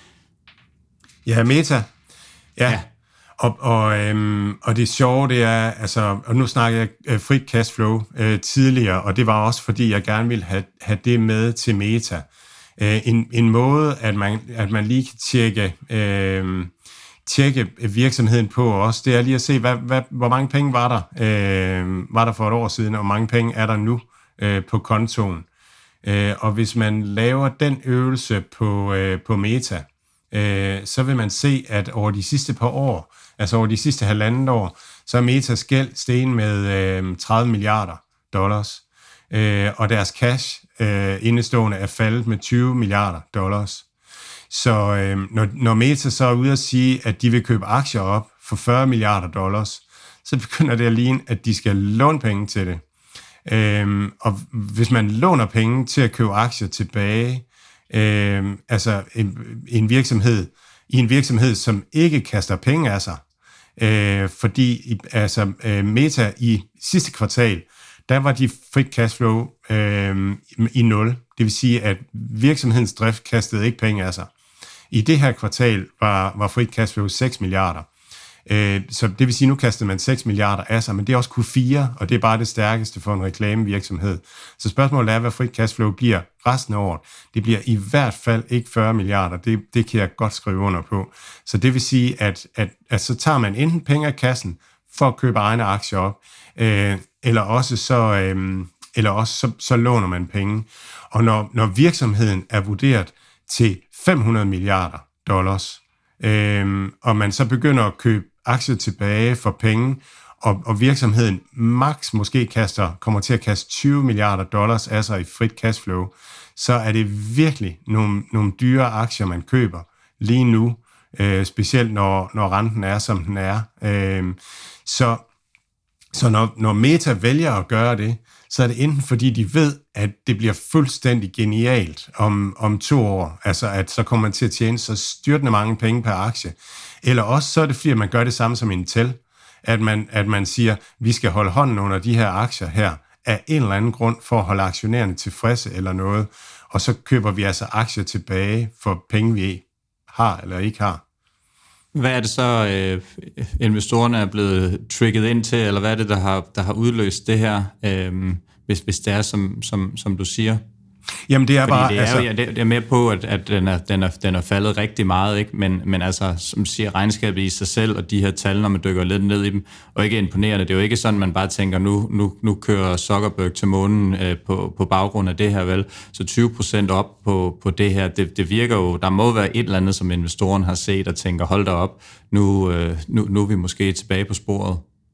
Ja, Meta. Ja. ja. Og, og, øhm, og det sjove, det er, altså, og nu snakker jeg øh, free cash flow øh, tidligere, og det var også, fordi jeg gerne ville have, have det med til Meta. Øh, en, en måde, at man, at man lige kan tjekke... Øh, tjekke virksomheden på også, det er lige at se, hvad, hvad, hvor mange penge var der, øh, var der for et år siden, og hvor mange penge er der nu øh, på kontoen. Øh, og hvis man laver den øvelse på, øh, på Meta, øh, så vil man se, at over de sidste par år, altså over de sidste halvandet år, så er Metas gæld steget med øh, tredive milliarder dollars, øh, og deres cash øh, indestående er faldet med tyve milliarder dollars. Så øh, når, når Meta så er ude at sige, at de vil købe aktier op for fyrre milliarder dollars, så begynder det at ligne, at de skal låne penge til det. Øh, og hvis man låner penge til at købe aktier tilbage, øh, altså en, en virksomhed, i en virksomhed, som ikke kaster penge af sig, øh, fordi altså, øh, Meta i sidste kvartal, der var de free cash flow øh, i nul. Det vil sige, at virksomhedens drift kastede ikke penge af sig. I det her kvartal var, var free cash flow seks milliarder. Øh, så det vil sige, at nu kastede man seks milliarder af sig, men det er også Q fire, og det er bare det stærkeste for en reklamevirksomhed. Så spørgsmålet er, hvad free cash flow bliver resten af året. Det bliver i hvert fald ikke fyrre milliarder. Det, det kan jeg godt skrive under på. Så det vil sige, at, at, at så tager man enten penge af kassen for at købe egne aktier op, øh, eller også så... Øh, eller også så, så låner man penge. Og når, når virksomheden er vurderet til fem hundrede milliarder dollars, øhm, og man så begynder at købe aktier tilbage for penge, og, og virksomheden max måske kaster, kommer til at kaste tyve milliarder dollars af sig i frit cashflow, så er det virkelig nogle, nogle dyre aktier, man køber lige nu, øh, specielt når, når renten er, som den er. Øh, så så når, når Meta vælger at gøre det, så er det enten fordi, de ved, at det bliver fuldstændig genialt om, om to år, altså at så kommer man til at tjene så styrtende mange penge per aktie, eller også så er det fordi, at man gør det samme som Intel, at man, at man siger, vi skal holde hånden under de her aktier her, af en eller anden grund for at holde aktionærerne tilfredse eller noget, og så køber vi altså aktier tilbage for penge, vi har eller ikke har. Hvad er det så, øh, investorerne er blevet trigget ind til, eller hvad er det, der har, der har udløst det her, øh, hvis, hvis det er, som, som, som du siger? Jamen det er Fordi bare... det er, altså, jo, det er med på, at, at den, er, den, er, den er faldet rigtig meget, ikke? Men, men altså, som siger, regnskabet i sig selv, og de her tal, når man dykker lidt ned i dem, og ikke imponerende, det er jo ikke sådan, man bare tænker, nu, nu, nu kører Zuckerberg til månen øh, på, på baggrund af det her, vel? Så tyve procent op på, på det her, det, det virker jo, der må være et eller andet, som investoren har set og tænker, hold da op, nu, øh, nu, nu er vi måske tilbage på sporet.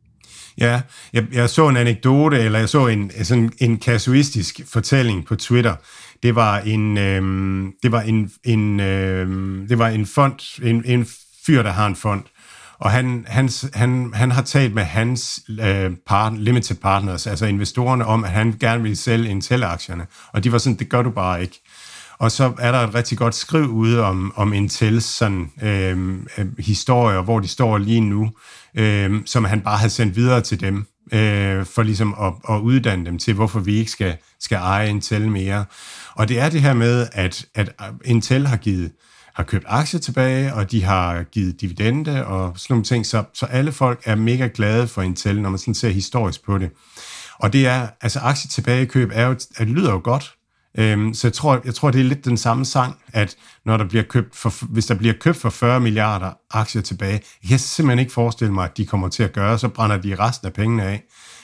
Ja, jeg, jeg så en anekdote, eller jeg så en, sådan en kasuistisk fortælling på Twitter. Det var en, øhm, det var en, en, øhm, det var en fond, en, en fyr, der har en fond, og han, hans, han, han har talt med hans øh, part, limited partners, altså investorerne, om, at han gerne ville sælge Intel-aktierne, og de var sådan, det gør du bare ikke. Og så er der et rigtig godt skriv ude om, om Intels sådan, øh, øh, historier, hvor de står lige nu, øh, som han bare havde sendt videre til dem, øh, for ligesom at, at uddanne dem til, hvorfor vi ikke skal, skal eje Intel mere. Og det er det her med, at, at Intel har givet har købt aktier tilbage, og de har givet dividende og sådan nogle ting, så, så alle folk er mega glade for Intel, når man sådan ser historisk på det. Og det er, altså aktietilbagekøb er jo, det lyder jo godt. Øhm, så jeg tror, jeg tror, det er lidt den samme sang, at når der bliver købt for, hvis der bliver købt for fyrre milliarder aktier tilbage, jeg kan simpelthen ikke forestille mig, at de kommer til at gøre, så brænder de resten af pengene af.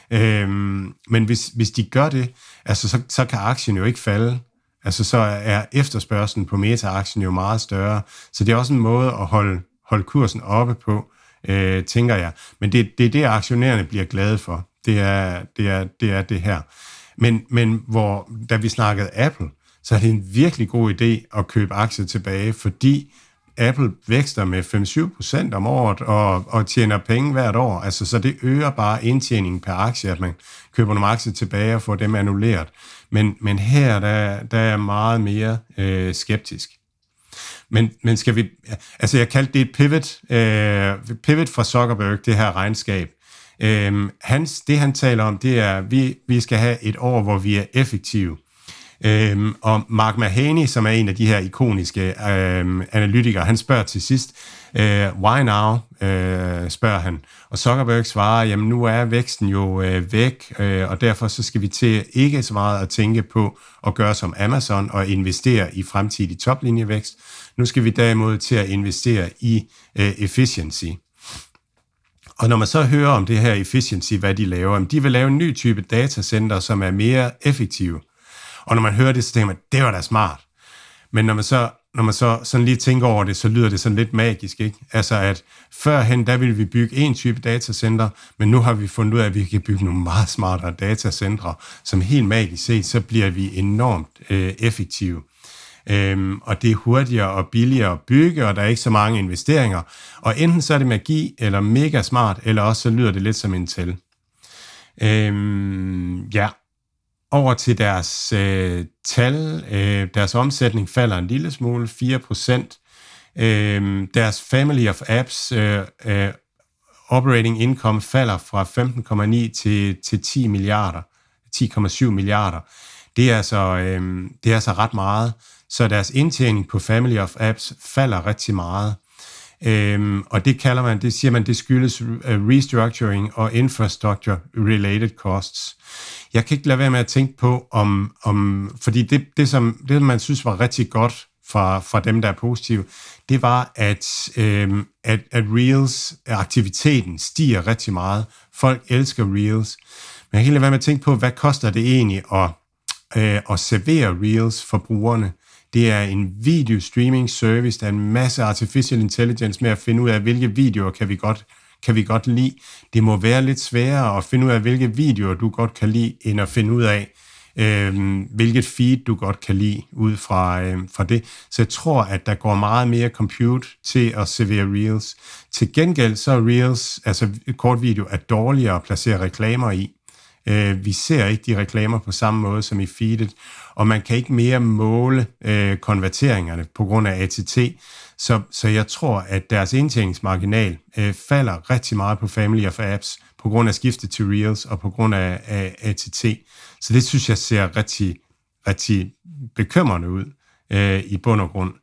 Øhm, men hvis, hvis de gør det, altså så, så kan aktien jo ikke falde. Altså så er efterspørgselen på Meta-aktien jo meget større. Så det er også en måde at holde, holde kursen oppe på, øh, tænker jeg. Men det, det er det, aktionærerne bliver glade for. Det er det, er, det, er det her. Men, men hvor, da vi snakkede Apple, så er det en virkelig god idé at købe aktier tilbage, fordi Apple vækster med fem til syv procent om året og, og tjener penge hvert år. Altså, så det øger bare indtjeningen per aktie, at man køber nogle aktier tilbage og får dem annulleret. Men, men her der, der er jeg meget mere øh, skeptisk. Men, men skal vi... Altså, jeg kaldte det et pivot. Øh, pivot fra Zuckerberg, det her regnskab. Øhm, hans, det han taler om, det er, at vi, vi skal have et år, hvor vi er effektive. Øhm, og Mark Mahaney, som er en af de her ikoniske øhm, analytikere, han spørger til sidst, øh, why now, øh, spørger han. Og Zuckerberg svarer, jamen nu er væksten jo øh, væk, øh, og derfor så skal vi til ikke så meget at tænke på at gøre som Amazon og investere i fremtidig toplinjevækst. Nu skal vi derimod til at investere i øh, efficiency. Og når man så hører om det her efficiency, hvad de laver, de vil lave en ny type datacenter, som er mere effektive. Og når man hører det, så tænker man, det var da smart. Men når man så, når man så sådan lige tænker over det, så lyder det sådan lidt magisk, ikke? Altså at førhen, der ville vi bygge en type datacenter, men nu har vi fundet ud af, at vi kan bygge nogle meget smartere datacentre, som helt magisk set, så bliver vi enormt øh, effektive. Øhm, og det er hurtigere og billigere at bygge, og der er ikke så mange investeringer. Og enten så er det magi, eller mega smart, eller også så lyder det lidt som Intel. Øhm, ja, over til deres øh, tal. Øh, deres omsætning falder en lille smule, fire procent. Øh, deres family of apps øh, øh, operating income falder fra femten komma ni til, til ti milliarder, ti komma syv milliarder. Det er altså, øh, det er altså ret meget. Så deres indtjening på family of apps falder rigtig meget. Øhm, og det kalder man, det siger man, det skyldes restructuring og infrastructure related costs. Jeg kan ikke lade være med at tænke på, om, om fordi det, det, som det, man synes var rigtig godt fra, fra dem, der er positive, det var, at, øhm, at, at Reels, aktiviteten stiger rigtig meget. Folk elsker Reels. Men jeg kan ikke lade være med at tænke på, hvad koster det egentlig at, øh, at servere Reels for brugerne? Det er en video-streaming service. Der er en masse artificial intelligence med at finde ud af, hvilke videoer kan vi godt, kan vi godt lide. Det må være lidt sværere at finde ud af, hvilke videoer du godt kan lide, end at finde ud af, øh, hvilket feed du godt kan lide ud fra, øh, fra det. Så jeg tror, at der går meget mere compute til at servere Reels. Til gengæld så er Reels, altså kortvideo, er dårligere at placere reklamer i. Øh, vi ser ikke de reklamer på samme måde som i feedet, og man kan ikke mere måle øh, konverteringerne på grund af A T T. Så, så jeg tror, at deres indtjeningsmarginal øh, falder rigtig meget på Family of Apps på grund af skiftet til Reels og på grund af, af A T T. Så det synes jeg ser rigtig, rigtig bekymrende ud øh, i bund og grund.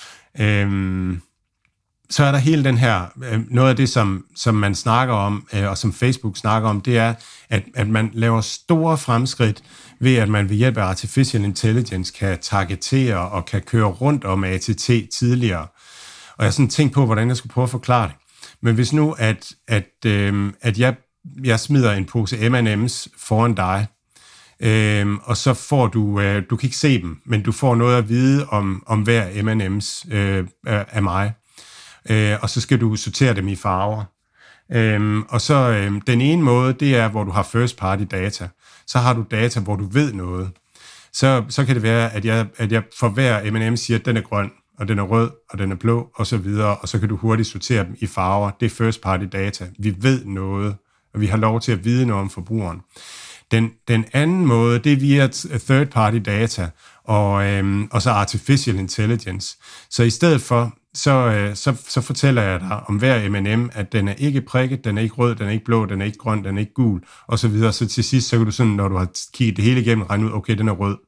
Øh, Så er der hele den her, noget af det, som, som man snakker om, og som Facebook snakker om, det er, at, at man laver store fremskridt ved, at man ved hjælp af artificial intelligence kan targetere og kan køre rundt om A T T tidligere. Og jeg har sådan tænkt på, hvordan jeg skulle prøve at forklare det. Men hvis nu, at, at, øh, at jeg, jeg smider en pose M and M's foran dig, øh, og så får du, øh, du kan ikke se dem, men du får noget at vide om, om hver M and M's øh, af mig. Øh, og så skal du sortere dem i farver. Øhm, og så øh, den ene måde, det er, hvor du har first party data. Så har du data, hvor du ved noget. Så, så kan det være, at jeg, at jeg for hver M and M siger, at den er grøn, og den er rød, og den er blå, og så videre, og så kan du hurtigt sortere dem i farver. Det er first party data. Vi ved noget, og vi har lov til at vide noget om forbrugeren. Den, den anden måde, det er via third party data, og, øhm, og så artificial intelligence. Så i stedet for, Så, så, så fortæller jeg dig om hver M and M, at den er ikke prikket, den er ikke rød, den er ikke blå, den er ikke grøn, den er ikke gul, og så videre. Så til sidst, så kan du sådan, når du har kigget det hele igennem, regne ud, okay, den er rød.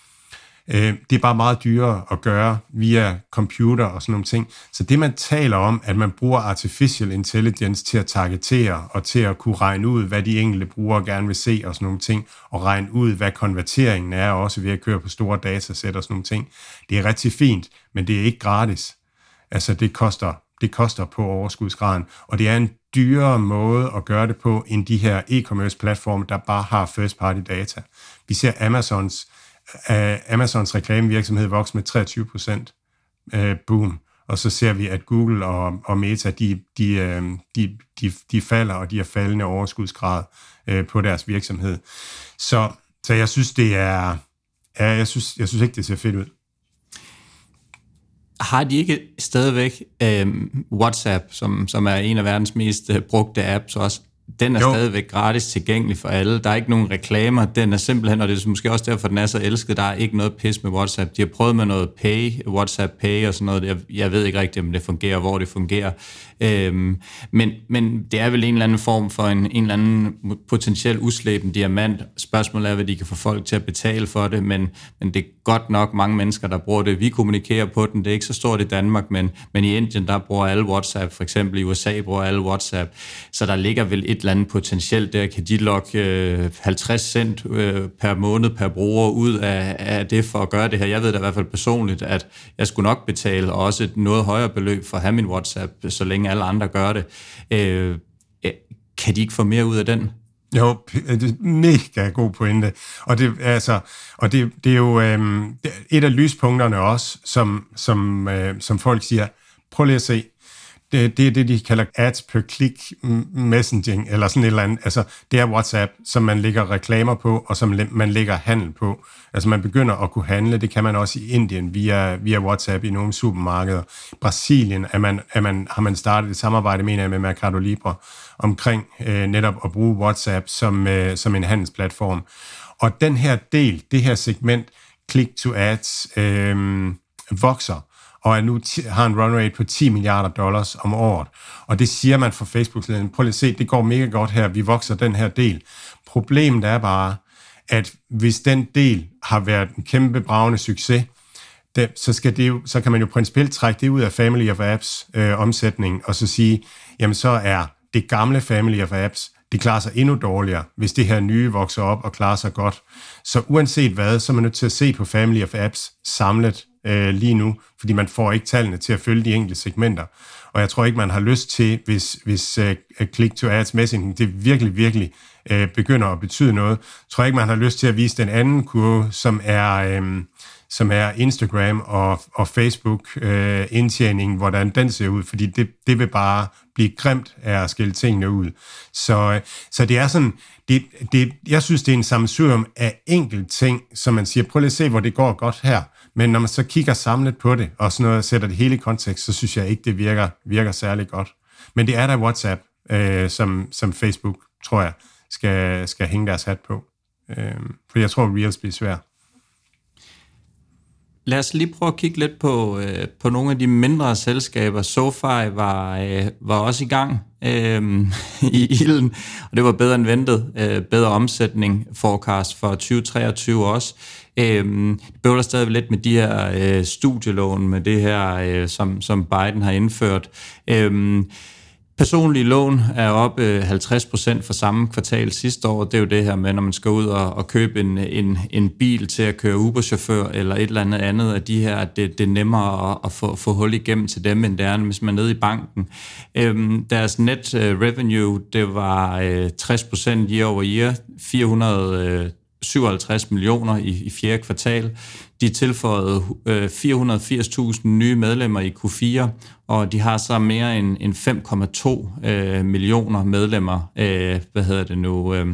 Det er bare meget dyrere at gøre via computer og sådan nogle ting. Så det, man taler om, at man bruger artificial intelligence til at targetere og til at kunne regne ud, hvad de enkelte brugere gerne vil se og sådan nogle ting, og regne ud, hvad konverteringen er, også ved at køre på store datasæt og sådan nogle ting. Det er rigtig fint, men det er ikke gratis. Altså, det koster, det koster på overskudsgraden, og det er en dyrere måde at gøre det på, end de her e-commerce-platforme, der bare har first-party data. Vi ser Amazons, uh, Amazons reklamevirksomhed vokse med treogtyve procent. Uh, boom. Og så ser vi, at Google og, og Meta, de, de, uh, de, de, de falder, og de har faldende overskudsgrad uh, på deres virksomhed. Så, så jeg synes, det er... Ja, jeg synes, jeg synes ikke, det ser fedt ud. Har de ikke stadigvæk øh, WhatsApp, som, som er en af verdens mest øh, brugte apps også? Den er jo stadigvæk gratis tilgængelig for alle. Der er ikke nogen reklamer. Den er simpelthen, og det er måske også derfor, den er så elsket. Der er ikke noget pis med WhatsApp. De har prøvet med noget Pay, WhatsApp Pay og sådan noget. Jeg, jeg ved ikke rigtigt, om det fungerer, hvor det fungerer. Øhm, men, men det er vel en eller anden form for en, en eller anden potentiel uslæben diamant. Spørgsmålet er, hvad de kan få folk til at betale for det, men, men det er godt nok mange mennesker, der bruger det. Vi kommunikerer på den. Det er ikke så stort i Danmark, men, men i Indien, der bruger alle WhatsApp. For eksempel i U S A bruger alle WhatsApp. Så der ligger vel et eller andet potentielt der. Kan de lokke øh, halvtreds cent øh, per måned per bruger ud af, af det for at gøre det her? Jeg ved da i hvert fald personligt, at jeg skulle nok betale også et noget højere beløb for at have min WhatsApp, så længe alle andre gør det. Øh, kan de ikke få mere ud af den? Jo, det er mega god pointe. Og det, altså, og det, det er jo øhm, et af lyspunkterne også, som, som, øh, som folk siger, prøv lige at se, det, det er det, de kalder ads per click messaging, eller sådan et eller andet. Altså, det er WhatsApp, som man lægger reklamer på, og som man lægger handel på. Altså, man begynder at kunne handle, det kan man også i Indien via, via WhatsApp i nogle supermarkeder. Brasilien er man, er man, har man startet et samarbejde, mener jeg, med Mercado Libre, omkring øh, netop at bruge WhatsApp som, øh, som en handelsplatform. Og den her del, det her segment, click to ads, øh, vokser, og er nu t- har en run rate på ti milliarder dollars om året. Og det siger man fra Facebook-lederen. Prøv lige at se, det går mega godt her, vi vokser den her del. Problemet er bare, at hvis den del har været en kæmpe bravende succes, det, så, skal det jo, så kan man jo principielt trække det ud af Family of Apps øh, omsætning, og så sige, jamen så er det gamle Family of Apps, det klarer sig endnu dårligere, hvis det her nye vokser op og klarer sig godt. Så uanset hvad, så er man nødt til at se på Family of Apps samlet øh, lige nu, fordi man får ikke tallene til at følge de enkelte segmenter. Og jeg tror ikke, man har lyst til, hvis, hvis uh, click-to-ads messaging, det virkelig, virkelig uh, begynder at betyde noget, tror jeg ikke, man har lyst til at vise den anden kurve, som er, um, som er Instagram og, og Facebook øh, indtjeningen, hvordan den ser ud, fordi det, det vil bare blive grimt af at skille tingene ud. Så, så det er sådan, det, det, jeg synes, det er en sammensurium af enkelte ting, som man siger, prøv lige at se, hvor det går godt her. Men når man så kigger samlet på det, og sådan noget, sætter det hele i kontekst, så synes jeg ikke, det virker, virker særlig godt. Men det er der WhatsApp, øh, som, som Facebook, tror jeg, skal, skal hænge deres hat på. Øh, for jeg tror, Reels bliver svært. Lad os lige prøve at kigge lidt på, øh, på nogle af de mindre selskaber. SoFi var, øh, var også i gang øh, i ilden, og det var bedre end ventet. Øh, bedre omsætning, forecast for tyve treogtyve også. Øh, det bøvler stadig lidt med de her øh, studielån, med det her, øh, som, som Biden har indført. Øh, Personlige lån er op halvtreds procent for samme kvartal sidste år. Det er jo det her med, når man skal ud og, og købe en, en, en bil til at køre Uber-chauffør eller et eller andet andet af de her. Det, det er nemmere at, at få, få hul igennem til dem, end det er, hvis man er nede i banken. Øhm, deres net revenue, det var øh, tres procent year over year, fire hundrede syvoghalvtreds millioner i, i fjerde kvartal. De tilføjede øh, fire hundrede og firs tusind nye medlemmer i Q fire, og de har så mere end, end fem komma to øh, millioner medlemmer. Øh, hvad hedder det nu? Øh,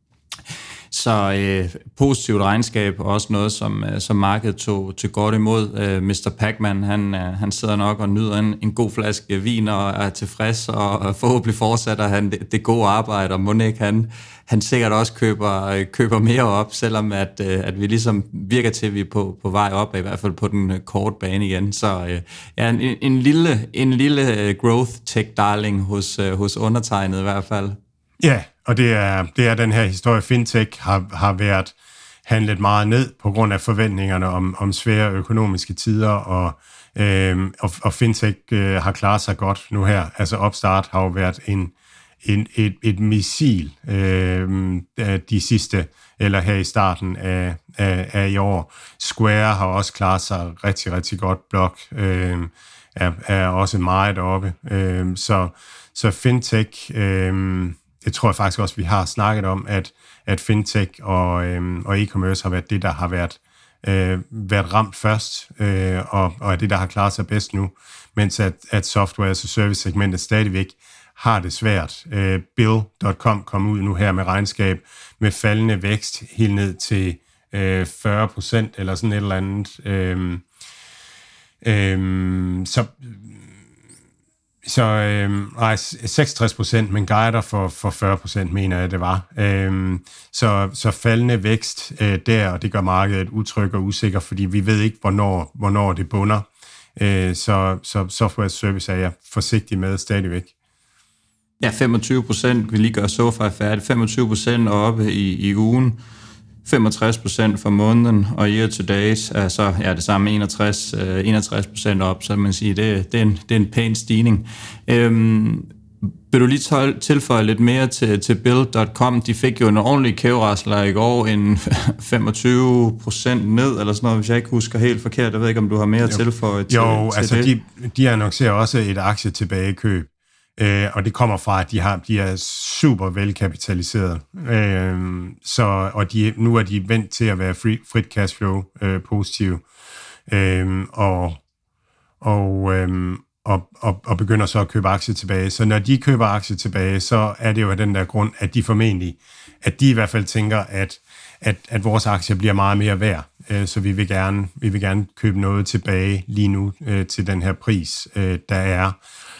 så øh, positivt regnskab, og også noget, som, øh, som markedet tog til godt imod. Øh, mister Pacman, han, øh, han sidder nok og nyder en, en god flaske vin og er tilfreds, og forhåbentlig fortsætter han det, det gode arbejde, og Monik, han, han sikkert også køber, køber mere op, selvom at, at vi ligesom virker til, at vi er på, på vej op, i hvert fald på den korte bane igen. Så øh, ja, en, en lille, en lille growth tech darling hos, hos undertegnet i hvert fald. Ja, og det er, det er den her historie. Fintech har, har været handlet meget ned på grund af forventningerne om, om svære økonomiske tider, og, øh, og, og fintech øh, har klaret sig godt nu her. Altså Upstart har jo været en En, et, et missil øh, de sidste, eller her i starten af, af, af i år. Square har også klaret sig rigtig, rigtig godt. Block øh, er, er også meget oppe. Øh, så, så fintech, øh, det tror jeg faktisk også, vi har snakket om, at, at fintech og, øh, og e-commerce har været det, der har været, øh, været ramt først, øh, og, og er det, der har klaret sig bedst nu, mens at, at software as a service segmentet stadigvæk har det svært. Uh, Bill punktum com kom ud nu her med regnskab med faldende vækst helt ned til uh, fyrre procent eller sådan et eller andet. Um, um, så så um, nej, seksogtres procent, men guider for, for fyrre procent, mener jeg, det var. Um, så, så faldende vækst uh, der, og det gør markedet utryg og usikker, fordi vi ved ikke, hvornår, hvornår det bunder. Uh, så, så software service er jeg forsigtig med stadigvæk. Ja, femogtyve procent, vi lige gør SoFi færdigt, femogtyve procent oppe i, i ugen, femogtres procent for måneden, og year to date er så ja, det samme enogtres, enogtres procent op, så man siger, det, det, er en, det er en pæn stigning. Øhm, vil du lige tilføje lidt mere til, til Bill punktum com? De fik jo en ordentlig kæverasler i går, en femogtyve procent ned, eller sådan noget, hvis jeg ikke husker helt forkert. Jeg ved ikke, om du har mere tilføje til, jo, til altså det. De, de annoncerer også et aktietilbagekøb. Øh, og det kommer fra, at de, har, de er super velkapitaliseret. Øh, så, og de, nu er de vendt til at være free, frit cashflow øh, positive. Øh, og, og, øh, og, og, og begynder så at købe aktier tilbage. Så når de køber aktier tilbage, så er det jo af den der grund, at de formentlig, at de i hvert fald tænker, at, at, at vores aktier bliver meget mere værd. Øh, så vi vil, gerne, vi vil gerne købe noget tilbage lige nu øh, til den her pris, øh, der er.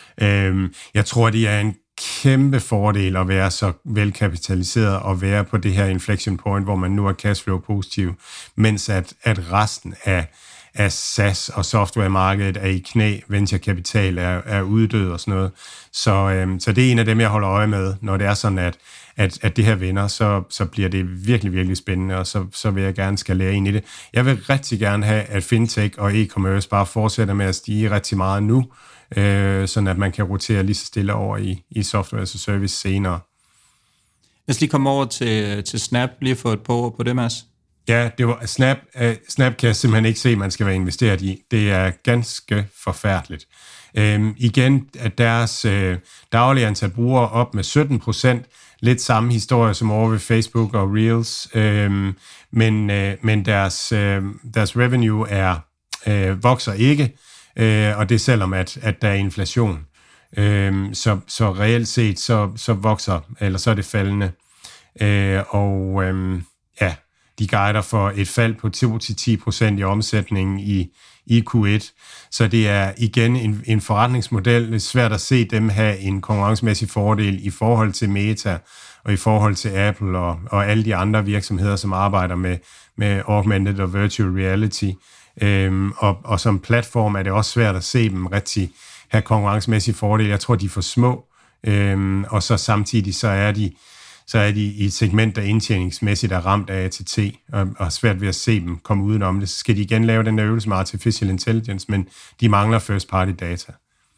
Jeg tror, det er en kæmpe fordel at være så velkapitaliseret og være på det her inflection point, hvor man nu er cashflow positiv, mens at, at resten af, af SaaS og softwaremarkedet er i knæ, venturekapital er, er uddød og sådan noget. Så, øhm, så det er en af dem, jeg holder øje med, når det er sådan, at, at, at det her vinder, så, så bliver det virkelig, virkelig spændende, og så, så vil jeg gerne skalere ind i det. Jeg vil rigtig gerne have, at fintech og e-commerce bare fortsætter med at stige rigtig meget nu, Øh, sådan at man kan rotere lige så stille over i, i software as a service senere. Lad os lige komme over til, til Snap, lige for et par ord på det, Mads. Ja, det var, Snap, uh, Snap kan jeg simpelthen ikke se, at man skal være investeret i. Det er ganske forfærdeligt. Øhm, igen, at deres øh, daglige antal brugere op med sytten procent, lidt samme historie som over ved Facebook og Reels, øh, men, øh, men deres, øh, deres revenue er, øh, vokser ikke, øh, og det selvom, at, at der er inflation. Øh, så, så reelt set, så, så vokser, eller så er det faldende. Øh, og øh, ja, de guider for et fald på to til ti procent i omsætningen i, i Q et. Så det er igen en, en forretningsmodel. Det er svært at se dem have en konkurrencemæssig fordel i forhold til Meta og i forhold til Apple og, og alle de andre virksomheder, som arbejder med, med augmented og virtual reality. Øhm, og, og som platform er det også svært at se dem rigtig have konkurrencemæssig fordel. Jeg tror, de er for små, øhm, og så samtidig så er de så er de i et segment, der indtjeningsmæssigt er ramt af A T T, og, og svært ved at se dem komme udenom det. Så skal de igen lave den der øvelse med Artificial Intelligence, men de mangler first party data.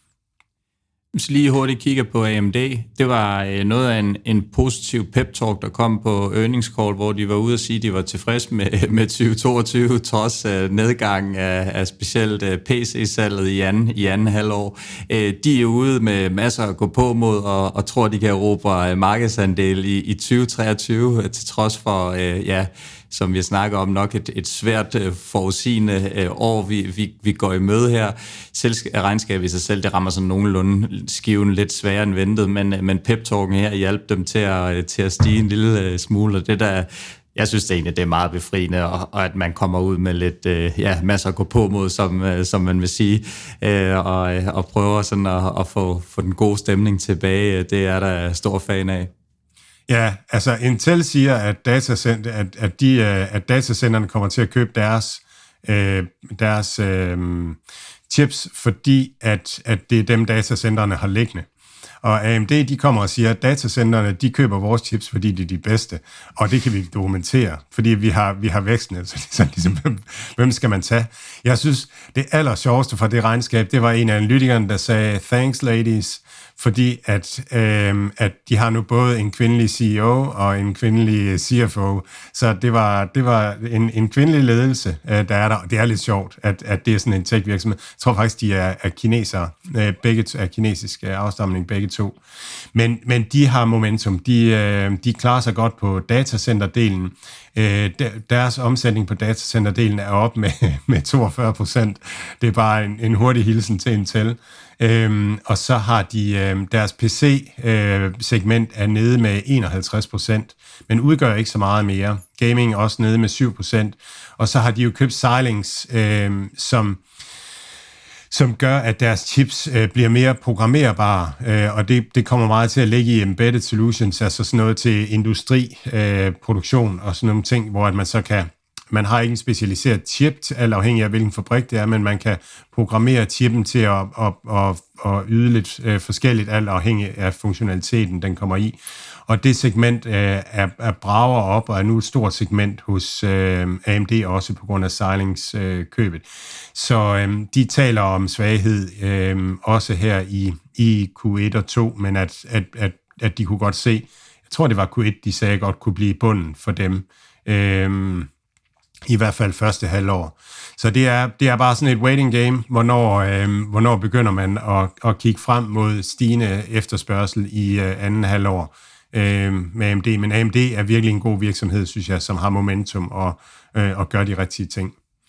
Hvis vi lige hurtigt kigger på A M D, det var noget af en, en positiv pep-talk, der kom på earnings call, hvor de var ude at sige, at de var tilfredse med, med tyve toogtyve, trods uh, nedgang af, af specielt uh, P C-salget i anden, i anden halvår. Uh, de er ude med masser at gå på mod, og, og tror, de kan erobre uh, markedsandel i, i tyve treogtyve, uh, til trods for, uh, ja, som vi snakker om, nok et, et svært uh, forudsigende uh, år, vi, vi, vi går i møde her. Selsk- regnskabet i sig selv, det rammer sådan nogenlunde skiven lidt sværere end ventet, men, men pep-talken her hjalp dem til at, til at stige en lille uh, smule, og det der, jeg synes det egentlig, det er meget befriende, og, og at man kommer ud med lidt, uh, ja, masser at gå på mod, som, uh, som man vil sige, uh, og, og prøver sådan at, at få, få den gode stemning tilbage, det er der stor fan af. Ja, altså Intel siger, at, datacenter, at, at, de, at datacenterne kommer til at købe deres, øh, deres øh, chips, fordi at, at det er dem, datacenterne har liggende. Og A M D, de kommer og siger, at datacenterne, de køber vores chips, fordi de er de bedste. Og det kan vi dokumentere, fordi vi har, vi har væksten. Så det er ligesom, hvem, hvem skal man tage? Jeg synes, det aller sjoveste fra det regnskab, det var en af analytikerne, der sagde, thanks ladies, fordi at, øh, at de har nu både en kvindelig C E O og en kvindelig C F O. Så det var, det var en, en kvindelig ledelse, øh, der er der. Det er lidt sjovt, at, at det er sådan en tech-virksomhed. Jeg tror faktisk, de er, er kinesere. Øh, begge er kinesisk afstamning, begge to. Men, men de har momentum. De, øh, de klarer sig godt på datacenterdelen. Øh, deres omsætning på datacenterdelen er op med, med toogfyrre procent. Det er bare en, en hurtig hilsen til Intel. Øhm, og så har de øh, deres P C-segment øh, er nede med enoghalvtreds procent, men udgør ikke så meget mere. Gaming er også nede med syv procent, og så har de jo købt Xilinx, øh, som, som gør, at deres chips øh, bliver mere programmerbare, øh, og det, det kommer meget til at ligge i embedded solutions, altså sådan noget til industriproduktion øh, og sådan nogle ting, hvor at man så kan man har ikke en specialiseret chip, alt afhængig af hvilken fabrik det er, men man kan programmere chippen til at, at, at, at yde lidt øh, forskelligt, alt afhængig af funktionaliteten, den kommer i. Og det segment øh, er, er brager op, og er nu et stort segment hos øh, A M D, også på grund af Xilinx øh, købet. Så øh, de taler om svaghed øh, også her i, i Q et og to, men at, at, at, at de kunne godt se, jeg tror det var Q et, de sagde godt kunne blive bunden for dem. Øh, I hvert fald første halvår. Så det er, det er bare sådan et waiting game, hvornår, øh, hvornår begynder man at, at kigge frem mod stigende efterspørgsel i øh, anden halvår øh, med A M D. Men A M D er virkelig en god virksomhed, synes jeg, som har momentum og, øh, og gør de rigtige ting.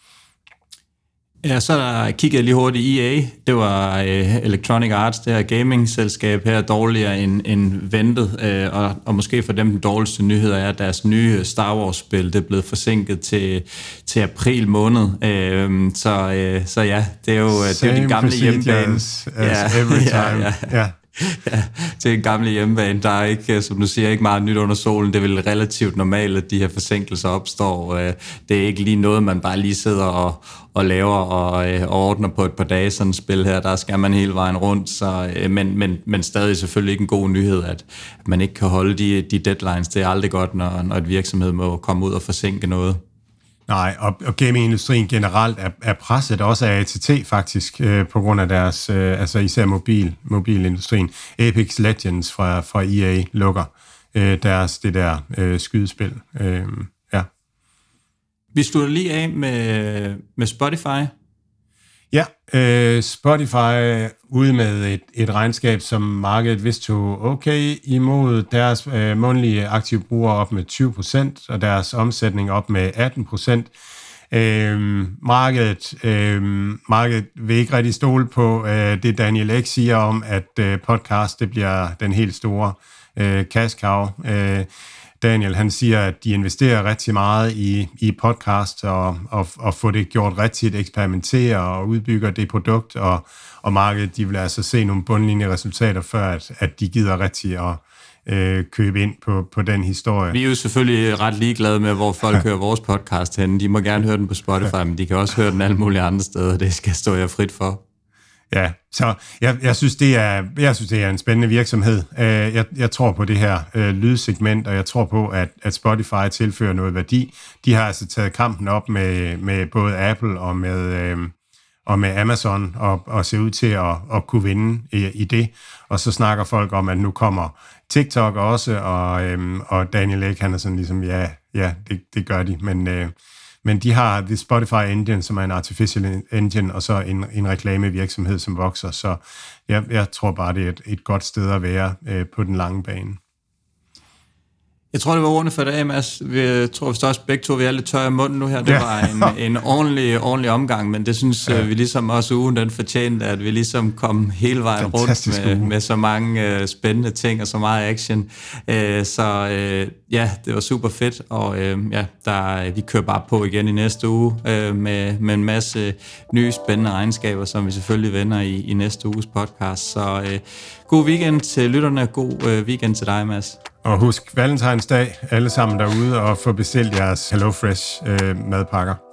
Ja, så kiggede jeg lige hurtigt E A. Det var øh, Electronic Arts, det her gaming-selskab her, dårligere end, end ventet. Øh, og, og måske for dem den dårligste nyhed er, at deres nye Star Wars-spil, det er blevet forsinket til, til april måned. Øh, så, øh, så ja, det er jo, det er jo den gamle hjemmebane. As ja, every time. Ja, ja. Ja. Ja, det er en gamle hjemmebane. Der er ikke, som du siger, ikke meget nyt under solen. Det er vel relativt normalt, at de her forsinkelser opstår. Det er ikke lige noget, man bare lige sidder og, og laver og, og ordner på et par dage, sådan et spil her. Der skal man hele vejen rundt. Så, men, men, men stadig selvfølgelig ikke en god nyhed, at man ikke kan holde de, de deadlines. Det er aldrig godt, når, når et virksomhed må komme ud og forsinke noget. Nej, og, og gamingindustrien generelt er, er presset også af A T T faktisk, øh, på grund af deres, øh, altså især mobil, mobilindustrien. Apex Legends fra, fra E A lukker øh, deres, det der øh, skydespil. Øh, ja. Vi slutter lige af med, med Spotify. Ja, øh, Spotify ude med et, et regnskab, som markedet vist tog okay imod. Deres øh, månedlige aktive brugere op med tyve procent, og deres omsætning op med atten procent. Øh, markedet, øh, markedet vil ikke rigtig stole på øh, det, Daniel Ek siger om, at øh, podcast det bliver den helt store øh, cash cow. Øh, Daniel, han siger, at de investerer rigtig meget i, i podcast og, og, og få det gjort rigtigt, eksperimentere og udbygger det produkt, og, og markedet, de vil altså se nogle bundlinje resultater, før at, at de gider rigtigt at øh, købe ind på, på den historie. Vi er jo selvfølgelig ret ligeglade med, hvor folk hører vores podcast hen. De må gerne høre den på Spotify, men de kan også høre den alle mulige andre steder. Det skal stå jer frit for. Ja, så jeg, jeg, synes, det er, jeg synes, det er en spændende virksomhed. Jeg, jeg tror på det her øh, lydsegment, og jeg tror på, at, at Spotify tilfører noget værdi. De har altså taget kampen op med, med både Apple og med, øh, og med Amazon, og, og ser ud til at, at kunne vinde i, i det. Og så snakker folk om, at nu kommer TikTok også, og, øh, og Daniel Ek, han er sådan ligesom, ja, ja det, det gør de, men... Øh, Men de har det Spotify Engine, som er en artificial engine, og så en, en reklamevirksomhed, som vokser. Så jeg, jeg tror bare, det er et, et godt sted at være øh, på den lange bane. Jeg tror, det var ordene for i dag, Mads. Vi tror vist også begge to, vi er lidt tørre i munden nu her. Det ja. var en, en ordentlig, ordentlig omgang, men det synes ja. vi ligesom også ugen den fortjente, at vi ligesom kom hele vejen rundt med, med så mange uh, spændende ting og så meget action. Uh, så uh, ja, det var super fedt, og uh, ja, der, vi kører bare på igen i næste uge uh, med, med en masse nye spændende regnskaber, som vi selvfølgelig vender i, i næste uges podcast. Så uh, god weekend til lytterne, god uh, weekend til dig, Mads. Og husk Valentinsdag, alle sammen derude, og få bestilt jeres HelloFresh øh, madpakker.